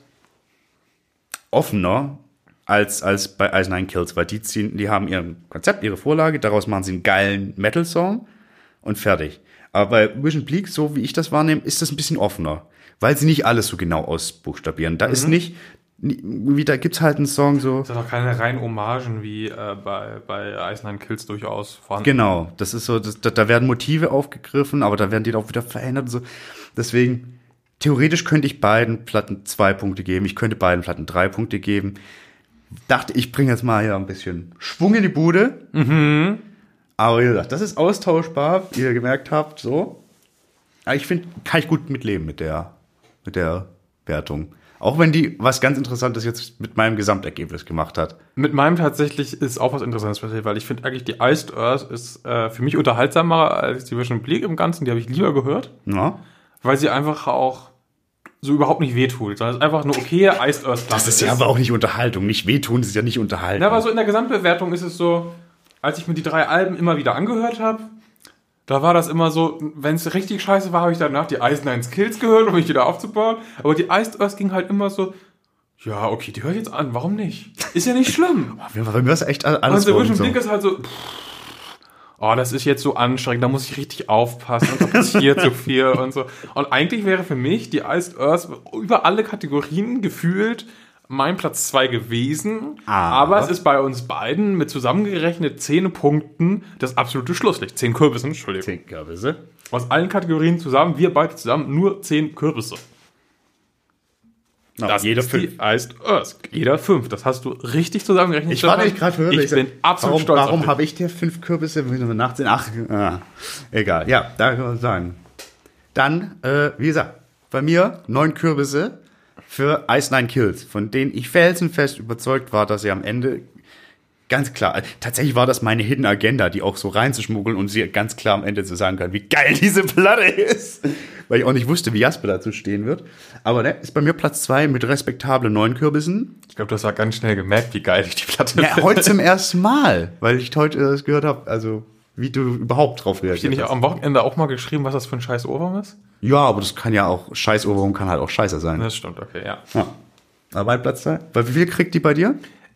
offener als bei Ice Nine Kills, weil die haben ihr Konzept, ihre Vorlage, daraus machen sie einen geilen Metal-Song und fertig. Aber bei Vision Bleak, so wie ich das wahrnehme, ist das ein bisschen offener, weil sie nicht alles so genau ausbuchstabieren. Da ist da gibt's halt einen Song so. Das sind auch keine reinen Hommagen wie bei Ice Nine Kills durchaus vorhanden. Genau, das ist so, da werden Motive aufgegriffen, aber da werden die auch wieder verändert und so. Deswegen, theoretisch könnte ich beiden Platten 2 Punkte geben, ich könnte beiden Platten 3 Punkte geben. Dachte, ich bringe jetzt mal hier ein bisschen Schwung in die Bude. Mhm. Aber wie gesagt, das ist austauschbar, wie ihr gemerkt habt, so. Aber ich finde, kann ich gut mitleben mit der Wertung. Auch wenn die was ganz Interessantes jetzt mit meinem Gesamtergebnis gemacht hat. Mit meinem tatsächlich ist auch was Interessantes passiert, weil ich finde eigentlich, die Iced Earth ist für mich unterhaltsamer als die Vision Bleak im Ganzen. Die habe ich lieber gehört. Ja. weil sie einfach auch so überhaupt nicht wehtut, sondern es ist einfach nur okay, Iced Earth Pflanze. Das ist ja aber auch nicht Unterhaltung. Nicht wehtun, das ist ja nicht Unterhaltung. Na, aber so in der Gesamtbewertung ist es so, als ich mir die 3 Alben immer wieder angehört habe, da war das immer so, wenn es richtig scheiße war, habe ich danach die Ice Nine Kills gehört, um mich wieder aufzubauen. Aber die Iced Earth ging halt immer so, ja, okay, die höre ich jetzt an, warum nicht? Ist ja nicht schlimm. Bei mir ist echt alles Und der Vision Blick ist halt so, oh, das ist jetzt so anstrengend, da muss ich richtig aufpassen und da passiert so viel und so. Und eigentlich wäre für mich die Iced Earth über alle Kategorien gefühlt mein Platz 2 gewesen. Aber es ist bei uns beiden mit zusammengerechnet 10 Punkten das absolute Schlusslicht. 10 Kürbissen, Entschuldigung. 10 Kürbisse. Aus allen Kategorien zusammen, wir beide zusammen, nur 10 Kürbisse. No, Das jeder ist 5. die Iced Earth. Jeder 5. Das hast du richtig zusammengerechnet. Ich war nicht gerade verwirrt. Ich bin absolut stolz auf Warum dich. habe ich dir 5 Kürbisse? Will ich noch nachsehen? Ach, egal. Ja, da kann man sagen. Dann, wie gesagt, bei mir 9 Kürbisse für Ice Nine Kills, von denen ich felsenfest überzeugt war, dass sie am Ende ganz klar, tatsächlich war das meine Hidden Agenda, die auch so reinzuschmuggeln und sie ganz klar am Ende zu sagen kann, wie geil diese Platte ist. Weil ich auch nicht wusste, wie Jasper dazu stehen wird. Aber ne, ist bei mir Platz 2 mit respektablen 9 Kürbissen. Ich glaube, du hast ja ganz schnell gemerkt, wie geil ich die Platte Ja, finde. heute zum ersten Mal, weil ich heute das gehört habe, also wie du überhaupt drauf Hast du reagiert nicht hast. am Wochenende auch mal geschrieben, was das für ein scheiß Ohrwurm ist? Ja, aber das kann ja auch, Scheiß-Ohrwurm kann halt auch scheiße sein. Das stimmt, okay, ja. Ja. Aber bei Platz 2? Weil wie viel kriegt die bei dir?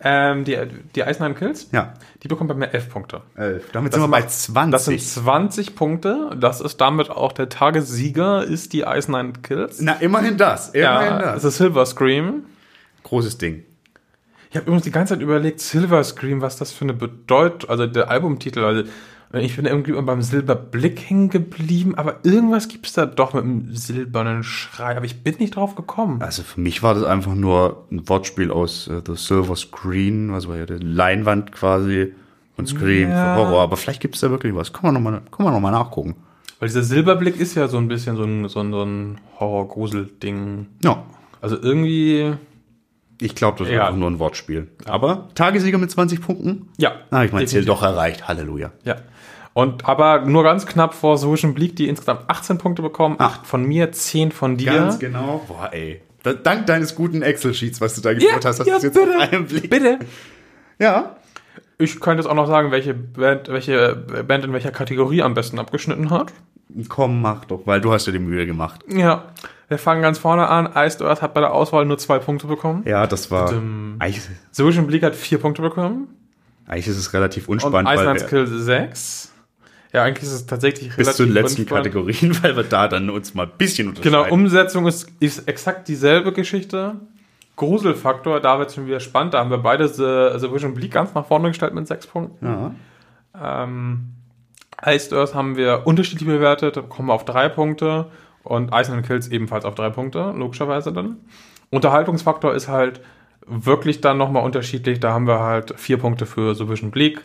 Die Ice Nine Kills, Ja. die bekommt bei mir 11 Punkte. 11. Damit Das sind wir bei macht- 20. Das sind 20 Punkte. Das ist damit auch der Tagessieger, ist die Ice Nine Kills. Na, immerhin das. Immerhin Das das. ist Silver Scream. Großes Ding. Ich habe übrigens die ganze Zeit überlegt, Silver Scream, was das für eine Bedeutung, also der Albumtitel, also ich bin irgendwie beim Silberblick hängen geblieben, aber irgendwas gibt es da doch mit einem silbernen Schrei, aber ich bin nicht drauf gekommen. Also für mich war das einfach nur ein Wortspiel aus The Silver Screen, also war ja die Leinwand quasi und Scream Ja. für Horror. Aber vielleicht gibt es da wirklich was. Können wir noch mal nachgucken. Weil dieser Silberblick ist ja so ein bisschen so ein Horror-Grusel-Ding. Ja. Also irgendwie, Ich glaube, das ist Egal. einfach nur ein Wortspiel. Aber Tagessieger mit 20 Punkten? ja. Ah, ich mein Ziel definitiv. doch erreicht. Halleluja. Ja. Und aber nur ganz knapp vor Vision Bleak, die insgesamt 18 Punkte bekommen, 8 von mir, 10 von dir. Ganz genau. Boah, ey. Dank deines guten Excel-Sheets, was du da geführt hast, hast du es jetzt bitte. auf einen Blick. Bitte. Ja. Ich könnte jetzt auch noch sagen, welche Band in welcher Kategorie am besten abgeschnitten hat. Komm, mach doch, weil du hast ja die Mühe gemacht. Ja. Wir fangen ganz vorne an. Iced Earth hat bei der Auswahl nur 2 Punkte bekommen. Ja, das war. Und, Eigentlich, Vision Bleak hat 4 Punkte bekommen. eigentlich ist es relativ Und unspannend, Ice weil Nine wir, Kills 6. Ja, eigentlich ist es tatsächlich bis zu den letzten unspannend. Kategorien, weil wir da dann uns mal ein bisschen Genau, unterscheiden. Umsetzung ist exakt dieselbe Geschichte. Gruselfaktor, da wird es schon wieder spannend. Da haben wir beide The Vision Bleak ganz nach vorne gestellt mit 6 Punkten. Ja. Iced Earth haben wir unterschiedlich bewertet, da kommen wir auf 3 Punkte. Und Ice Nine Kills ebenfalls auf 3 Punkte, logischerweise dann. Unterhaltungsfaktor ist halt wirklich dann nochmal unterschiedlich. Da haben wir halt 4 Punkte für The Vision Bleak,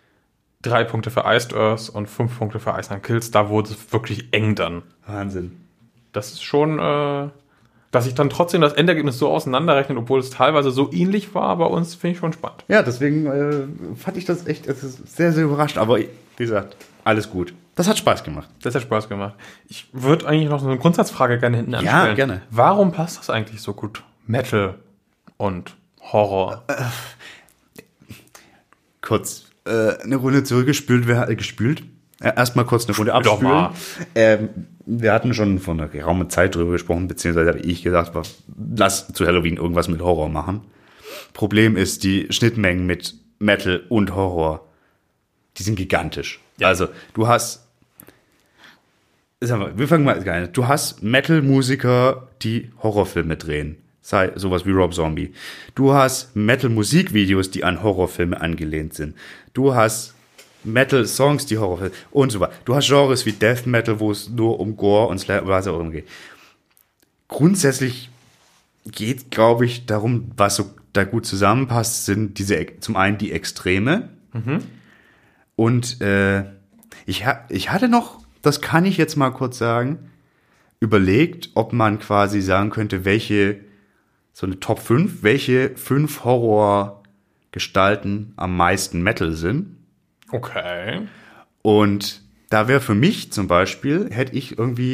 3 Punkte für Iced Earth und 5 Punkte für Ice Nine Kills. Da wurde es wirklich eng dann. Wahnsinn. Das ist schon, dass sich dann trotzdem das Endergebnis so auseinanderrechnet, obwohl es teilweise so ähnlich war bei uns, finde ich schon spannend. Ja, deswegen fand ich das echt, es ist sehr, sehr überrascht. Aber wie gesagt, alles gut. Das hat Spaß gemacht. Das hat Spaß gemacht. Ich würde eigentlich noch so eine Grundsatzfrage gerne hinten anstellen. gerne. Warum passt das eigentlich so gut? Metal und Horror. Kurz eine Runde zurückgespült. Erstmal kurz eine Runde Spül doch abspülen. Wir hatten schon vor einer geraumen Zeit drüber gesprochen, beziehungsweise habe ich gesagt, lass zu Halloween irgendwas mit Horror machen. Problem ist, die Schnittmengen mit Metal und Horror, die sind gigantisch. Ja. Also, du hast, wir fangen mal an. Du hast Metal-Musiker, die Horrorfilme drehen. Sei sowas wie Rob Zombie. Du hast Metal-Musikvideos, die an Horrorfilme angelehnt sind. Du hast Metal-Songs, die Horrorfilme und so weiter. Du hast Genres wie Death Metal, wo es nur um Gore und was auch immer geht. Grundsätzlich geht, glaube ich, darum, was so da gut zusammenpasst, sind zum einen die Extreme. Und ich hatte noch, das kann ich jetzt mal kurz sagen, überlegt, ob man quasi sagen könnte, so eine Top 5, welche 5 Horrorgestalten am meisten Metal sind. Okay. Und da wäre für mich zum Beispiel, hätte ich irgendwie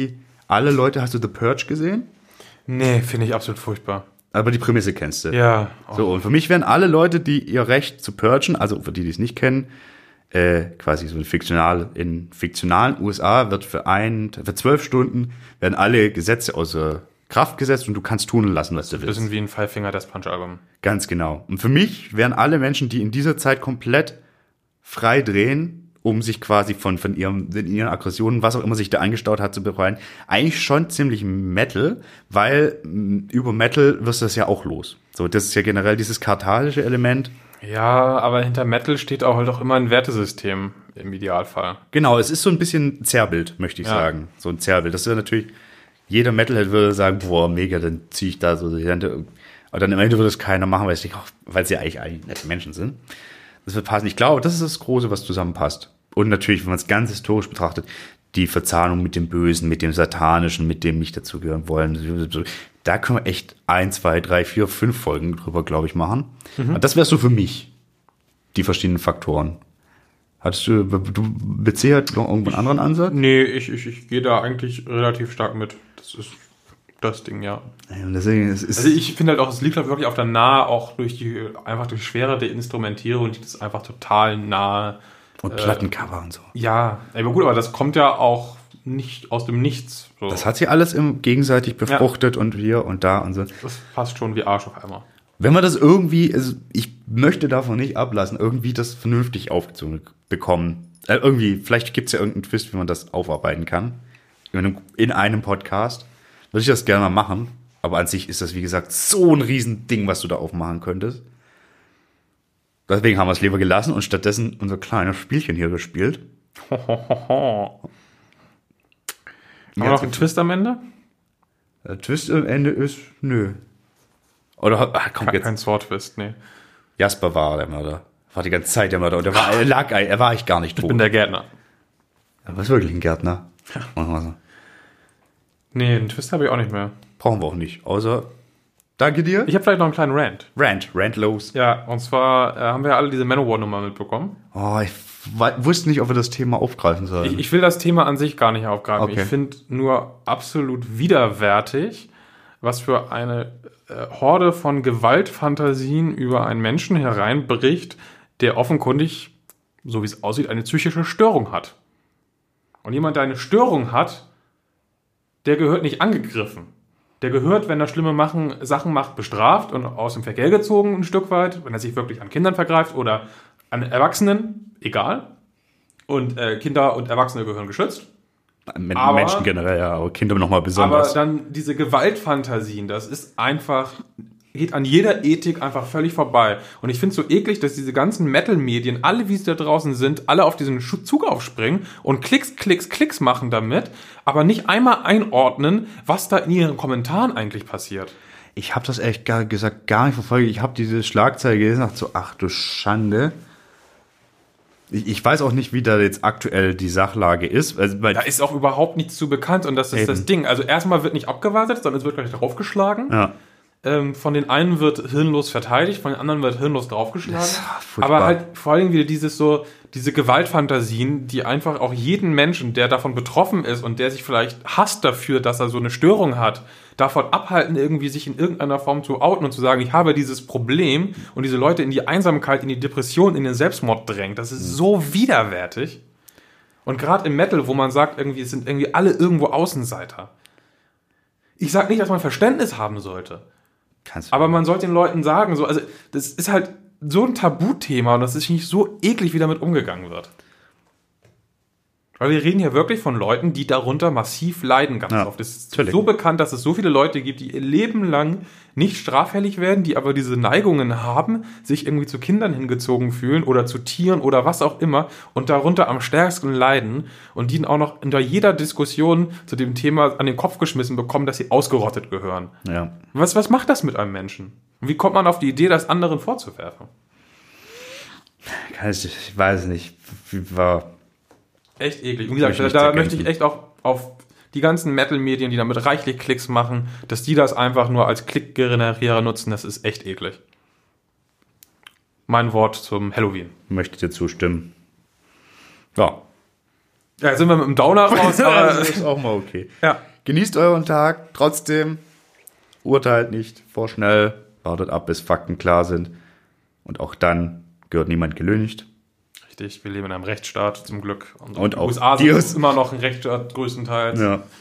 alle Leute, hast du The Purge gesehen? Nee, finde ich absolut furchtbar. Aber die Prämisse kennst du. Ja. So, und für mich wären alle Leute, die ihr Recht zu purgen, also für die es nicht kennen, quasi so in fiktionalen USA wird für 12 Stunden werden alle Gesetze außer Kraft gesetzt und du kannst tun und lassen, was du willst. Bisschen wie ein Five Finger Death Punch Album. Ganz genau. Und für mich wären alle Menschen, die in dieser Zeit komplett frei drehen, um sich quasi von ihren Aggressionen, was auch immer sich da eingestaut hat, zu befreien, eigentlich schon ziemlich Metal, weil über Metal wirst du das ja auch los. So, das ist ja generell dieses kathartische Element. Ja, aber hinter Metal steht auch halt auch immer ein Wertesystem im Idealfall. Genau, es ist so ein bisschen Zerrbild, möchte ich sagen. So ein Zerrbild. Das ist ja natürlich, jeder Metalhead würde sagen, boah, mega, dann ziehe ich da so die Hände. Aber dann am Ende würde es keiner machen, weil es ja eigentlich nette Menschen sind. Das wird passen. Ich glaube, das ist das Große, was zusammenpasst. Und natürlich, wenn man es ganz historisch betrachtet, die Verzahnung mit dem Bösen, mit dem Satanischen, mit dem nicht dazugehören wollen. Da können wir echt 1, 2, 3, 4, 5 Folgen drüber, glaube ich, machen. Und das wäre so für mich, die verschiedenen Faktoren. Hattest du mit Sicherheit noch irgendeinen anderen Ansatz? Nee, ich gehe da eigentlich relativ stark mit. Das ist das Ding, ja. Und deswegen, also ich finde halt auch, es liegt halt wirklich auf der Nahe, auch durch die Schwere der Instrumentierung liegt es einfach total nahe. Und Plattencover und so. Ja, aber gut, aber das kommt ja auch nicht aus dem Nichts. So. Das hat sie alles gegenseitig befruchtet und hier und da und so. Das passt schon wie Arsch auf Eimer. Wenn man das irgendwie, also ich möchte davon nicht ablassen, irgendwie das vernünftig aufgezogen bekommen. Irgendwie, vielleicht gibt es ja irgendeinen Twist, wie man das aufarbeiten kann. In einem Podcast. Würde ich das gerne mal machen. Aber an sich ist das, wie gesagt, so ein Riesending, was du da aufmachen könntest. Deswegen haben wir es lieber gelassen und stattdessen unser kleines Spielchen hier gespielt. Haben wir noch einen Twist am Ende? Der Twist am Ende ist, nö. Oder kommt jetzt. Kein Sword-Twist, nee. Jasper war der Mörder. War die ganze Zeit der Mörder. Und er war eigentlich gar nicht tot. Ich bin der Gärtner. Er war wirklich ein Gärtner. Ja. Nee, einen Twist habe ich auch nicht mehr. Brauchen wir auch nicht. Außer, danke dir. Ich habe vielleicht noch einen kleinen Rant. Rant los. Ja, und zwar haben wir alle diese Manowar-Nummer mitbekommen. Oh, ich wusste nicht, ob wir das Thema aufgreifen sollen. Ich will das Thema an sich gar nicht aufgreifen. Okay. Ich finde nur absolut widerwärtig, was für eine Horde von Gewaltfantasien über einen Menschen hereinbricht, der offenkundig, so wie es aussieht, eine psychische Störung hat. Und jemand, der eine Störung hat, der gehört nicht angegriffen. Der gehört, wenn er schlimme Sachen macht, bestraft und aus dem Verkehr gezogen ein Stück weit, wenn er sich wirklich an Kindern vergreift oder an Erwachsenen, egal. Und Kinder und Erwachsene gehören geschützt. Menschen generell, ja, aber Kinder nochmal besonders. Aber dann diese Gewaltfantasien, das ist einfach, geht an jeder Ethik einfach völlig vorbei. Und ich finde es so eklig, dass diese ganzen Metal-Medien, alle wie sie da draußen sind, alle auf diesen Zug aufspringen und Klicks machen damit, aber nicht einmal einordnen, was da in ihren Kommentaren eigentlich passiert. Ich habe das ehrlich gesagt gar nicht verfolgt. Ich habe diese Schlagzeile gelesen und dachte so, ach du Schande. Ich weiß auch nicht, wie da jetzt aktuell die Sachlage ist. Also da ist auch überhaupt nichts zu bekannt und das ist das Ding. Also erstmal wird nicht abgewartet, sondern es wird gleich draufgeschlagen. Ja. Von den einen wird hirnlos verteidigt, von den anderen wird hirnlos draufgeschlagen. Furchtbar. Aber halt vor allem wieder diese Gewaltfantasien, die einfach auch jeden Menschen, der davon betroffen ist und der sich vielleicht hasst dafür, dass er so eine Störung hat, davon abhalten, irgendwie sich in irgendeiner Form zu outen und zu sagen, ich habe dieses Problem und diese Leute in die Einsamkeit, in die Depression, in den Selbstmord drängt. Das ist so widerwärtig. Und gerade im Metal, wo man sagt, irgendwie, es sind irgendwie alle irgendwo Außenseiter. Ich sage nicht, dass man Verständnis haben sollte. Aber man sollte den Leuten sagen, so, also das ist halt so ein Tabuthema und das ist nicht so eklig, wie damit umgegangen wird. Weil wir reden hier wirklich von Leuten, die darunter massiv leiden ganz oft. Es ist so bekannt, dass es so viele Leute gibt, die ihr Leben lang nicht straffällig werden, die aber diese Neigungen haben, sich irgendwie zu Kindern hingezogen fühlen oder zu Tieren oder was auch immer und darunter am stärksten leiden und die auch noch unter jeder Diskussion zu dem Thema an den Kopf geschmissen bekommen, dass sie ausgerottet gehören. Ja. Was macht das mit einem Menschen? Und wie kommt man auf die Idee, das anderen vorzuwerfen? Ich weiß nicht. Echt eklig. Und wie gesagt, da möchte ich echt auch auf die ganzen Metal-Medien, die damit reichlich Klicks machen, dass die das einfach nur als Klickgenerierer nutzen, das ist echt eklig. Mein Wort zum Halloween. Möchte dir zustimmen. Ja. Ja, jetzt sind wir mit dem Downer raus, aber das ist auch mal okay. Ja. genießt euren Tag. Trotzdem urteilt nicht vorschnell. Wartet ab, bis Fakten klar sind. Und auch dann gehört niemand gelüncht. Richtig, wir leben in einem Rechtsstaat zum Glück. Und die auch USA sind immer noch ein Rechtsstaat größtenteils.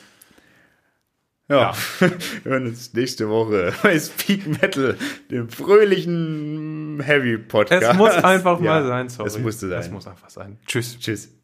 Ja. Wir hören uns nächste Woche bei Speak Metal, dem fröhlichen Heavy-Podcast. Es muss einfach mal sein, sorry. Es musste sein. Es muss einfach sein. Tschüss. Tschüss.